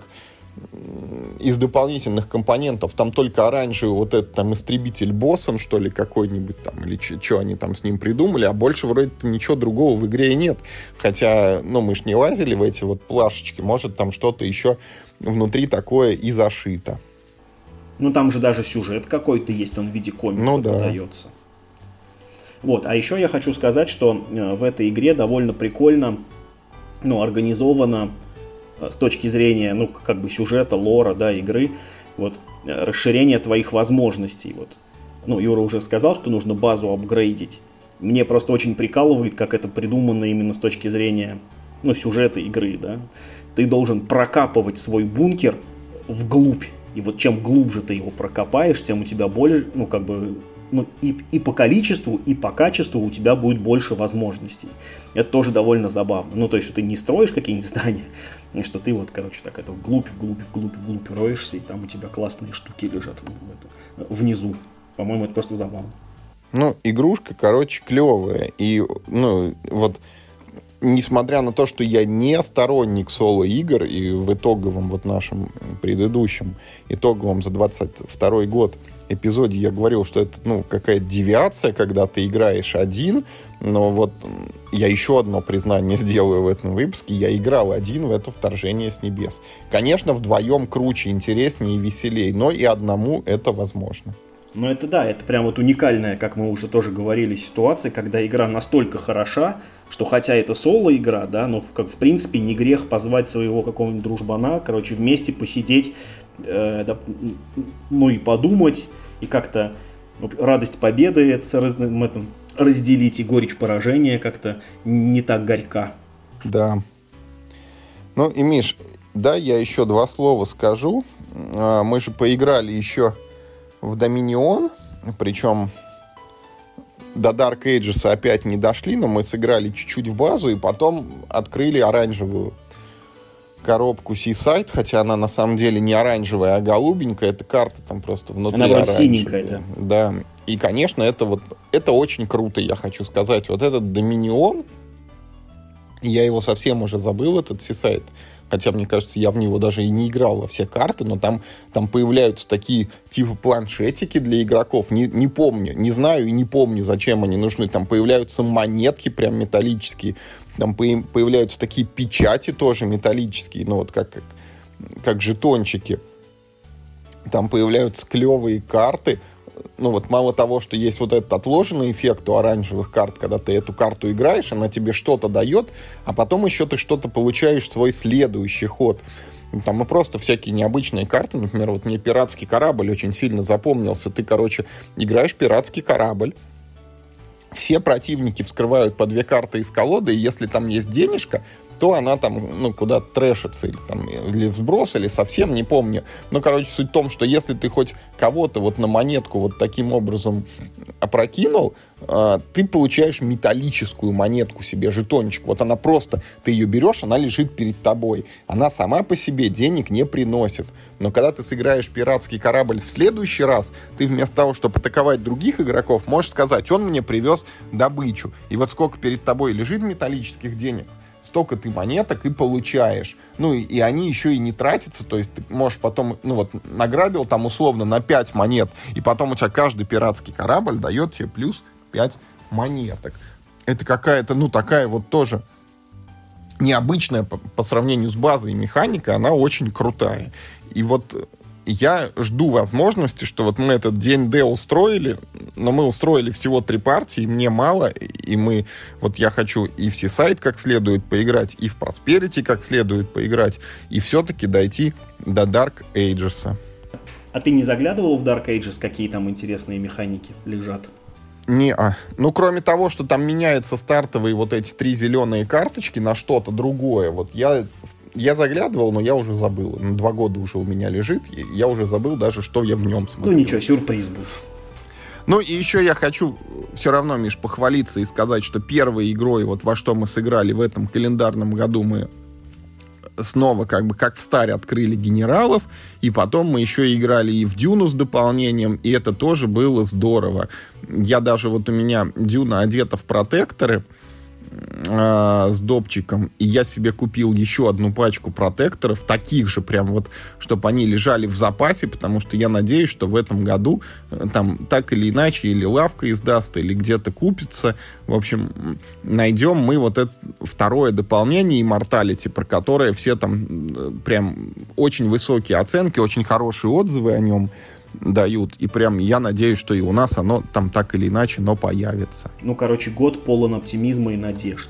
из дополнительных компонентов там только оранжевый вот этот там истребитель Боссон, что ли, какой-нибудь там, или что они там с ним придумали, а больше вроде ничего другого в игре нет. Хотя, ну, мы ж не лазили в эти вот плашечки, может, там что-то еще внутри такое и зашито. Ну, там же даже сюжет какой-то есть, он в виде комикса ну, да. подается. Вот, а еще я хочу сказать, что в этой игре довольно прикольно, ну, организовано с точки зрения, ну, как бы сюжета, лора, да, игры, вот, расширение твоих возможностей, вот. Ну, Юра уже сказал, что нужно базу апгрейдить. Мне просто очень прикалывает, как это придумано именно с точки зрения, ну, сюжета игры, да. Ты должен прокапывать свой бункер вглубь, и вот чем глубже ты его прокопаешь, тем у тебя больше, ну, как бы, ну, и, и по количеству, и по качеству у тебя будет больше возможностей. Это тоже довольно забавно. Ну, то есть, что ты не строишь какие-нибудь здания, и что ты вот, короче, так это вглубь, вглубь, вглубь, вглубь роешься, и там у тебя классные штуки лежат в, в это, внизу. По-моему, это просто забавно. Ну, игрушка, короче, клевая. И, ну, вот, несмотря на то, что я не сторонник соло-игр, и в итоговом вот нашем предыдущем, итоговом за двадцать второй год эпизоде я говорил, что это, ну, какая-то девиация, когда ты играешь один, но вот я еще одно признание сделаю в этом выпуске. Я играл один в это «Вторжение с небес». Конечно, вдвоем круче, интереснее и веселее, но и одному это возможно. Ну, это да, это прям вот уникальная, как мы уже тоже говорили, ситуация, когда игра настолько хороша, что хотя это соло-игра, да, но как в принципе не грех позвать своего какого-нибудь дружбана, короче, вместе посидеть, э, да, ну и подумать, и как-то радость победы это, это, разделить, и горечь поражения как-то не так горька. Да. Ну и, Миш, да, я еще два слова скажу. Мы же поиграли еще в Доминион, причем до Dark Ages опять не дошли, но мы сыграли чуть-чуть в базу и потом открыли оранжевую коробку Seaside, хотя она на самом деле не оранжевая, а голубенькая. Это карта там просто внутри она вроде синенькая, да. Да. И, конечно, это вот это очень круто, я хочу сказать. Вот этот Доминион, я его совсем уже забыл, этот Seaside, хотя, мне кажется, я в него даже и не играл во все карты, но там, там появляются такие типа планшетики для игроков, не, не помню, не знаю и не помню, зачем они нужны, там появляются монетки прям металлические, там появляются такие печати тоже металлические, ну вот как, как, как жетончики, там появляются клевые карты. Ну вот мало того, что есть вот этот отложенный эффект у оранжевых карт, когда ты эту карту играешь, она тебе что-то дает, а потом еще ты что-то получаешь в свой следующий ход. Там и просто всякие необычные карты. Например, вот мне пиратский корабль очень сильно запомнился. Ты, короче, играешь пиратский корабль, все противники вскрывают по две карты из колоды, и если там есть денежка, то она там, ну, куда-то трэшится, или, там, или сброс, или совсем, не помню. Но, короче, суть в том, что если ты хоть кого-то вот на монетку вот таким образом опрокинул, э, ты получаешь металлическую монетку себе, жетончик. Вот она просто, ты ее берешь, она лежит перед тобой. Она сама по себе денег не приносит. Но когда ты сыграешь пиратский корабль в следующий раз, ты вместо того, чтобы атаковать других игроков, можешь сказать, он мне привез добычу. И вот сколько перед тобой лежит металлических денег, столько ты монеток и получаешь. Ну, и, и они еще и не тратятся, то есть ты можешь потом, ну вот, награбил там условно на пять монет, и потом у тебя каждый пиратский корабль дает тебе плюс пять монеток. Это какая-то, ну, такая вот тоже необычная по, по сравнению с базой механика, она очень крутая. И вот я жду возможности, что вот мы этот день Д устроили, но мы устроили всего три партии, мне мало, и мы, вот я хочу и в Seaside как следует поиграть, и в Prosperity как следует поиграть, и все-таки дойти до Dark Ages. А ты не заглядывал в Dark Ages, какие там интересные механики лежат? Не-а. Ну, кроме того, что там меняются стартовые вот эти три зеленые карточки на что-то другое, вот я... Я заглядывал, но я уже забыл. На два года уже у меня лежит. Я уже забыл даже, что я в нем смотрю. Ну ничего, сюрприз будет. Ну и еще я хочу все равно, Миш, похвалиться и сказать, что первой игрой, вот во что мы сыграли в этом календарном году, мы снова как бы как в старе открыли генералов, и потом мы еще играли и в Дюну с дополнением, и это тоже было здорово. Я даже вот у меня Дюна одета в протекторы, с допчиком, и я себе купил еще одну пачку протекторов, таких же прям вот, чтобы они лежали в запасе, потому что я надеюсь, что в этом году там так или иначе или лавка издаст, или где-то купится. В общем, найдем мы вот это второе дополнение Immortality, про которое все там прям очень высокие оценки, очень хорошие отзывы о нем дают, и прям я надеюсь, что и у нас оно там так или иначе, но появится. Ну, короче, год полон оптимизма и надежд.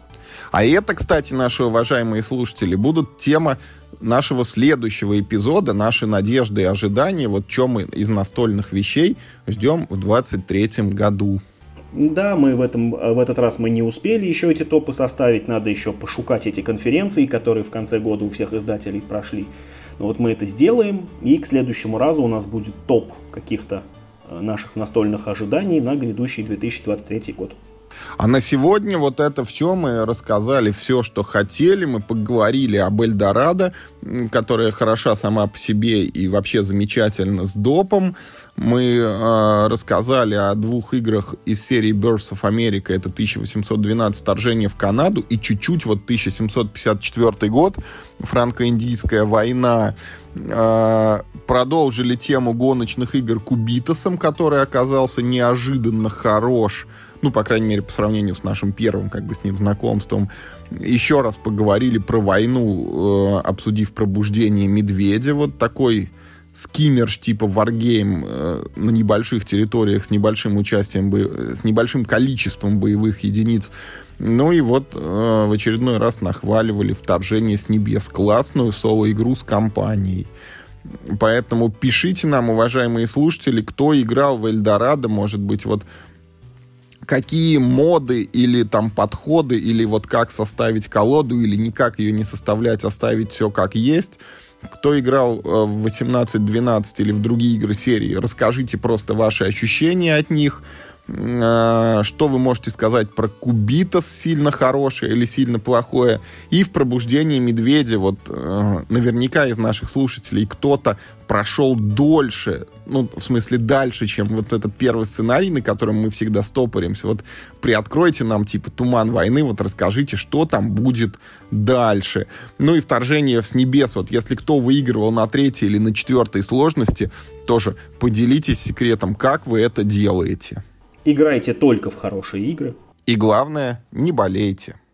А это, кстати, наши уважаемые слушатели, будут тема нашего следующего эпизода, наши надежды и ожидания, вот что мы из настольных вещей ждем в двадцать третьем году. Да, мы в, этом, в этот раз мы не успели еще эти топы составить, надо еще пошукать эти конференции, которые в конце года у всех издателей прошли. Но вот мы это сделаем, и к следующему разу у нас будет топ каких-то наших настольных ожиданий на грядущий две тысячи двадцать третий год. А на сегодня вот это все, мы рассказали все, что хотели, мы поговорили об Эльдорадо, которая хороша сама по себе и вообще замечательна с допом. Мы э, рассказали о двух играх из серии Birds of America, это тысяча восемьсот двенадцать «Вторжение в Канаду» и чуть-чуть вот тысяча семьсот пятьдесят четвёртый год, франко-индийская война. Э, продолжили тему гоночных игр Кубитосом, который оказался неожиданно хорош. Ну, по крайней мере, по сравнению с нашим первым, как бы, с ним знакомством. Еще раз поговорили про войну, э, обсудив пробуждение медведя. Вот такой скиммерш типа Wargame э, на небольших территориях с небольшим участием, бо... с небольшим количеством боевых единиц. Ну и вот э, в очередной раз нахваливали «Вторжение с небес», классную соло-игру с компанией. Поэтому пишите нам, уважаемые слушатели, кто играл в Эльдорадо, может быть, вот какие моды или там подходы, или вот как составить колоду, или никак ее не составлять, оставить все как есть. Кто играл в восемнадцать двенадцать или в другие игры серии, расскажите просто ваши ощущения от них. Что вы можете сказать про Кубитос, сильно хорошее или сильно плохое. И в «Пробуждении медведя» вот наверняка из наших слушателей кто-то прошел дольше, ну, в смысле, дальше, чем вот этот первый сценарий, на котором мы всегда стопоримся. Вот приоткройте нам, типа, «Туман войны», вот расскажите, что там будет дальше. Ну и «Вторжение с небес». Вот если кто выигрывал на третьей или на четвертой сложности, тоже поделитесь секретом, как вы это делаете. Играйте только в хорошие игры. И главное, не болейте.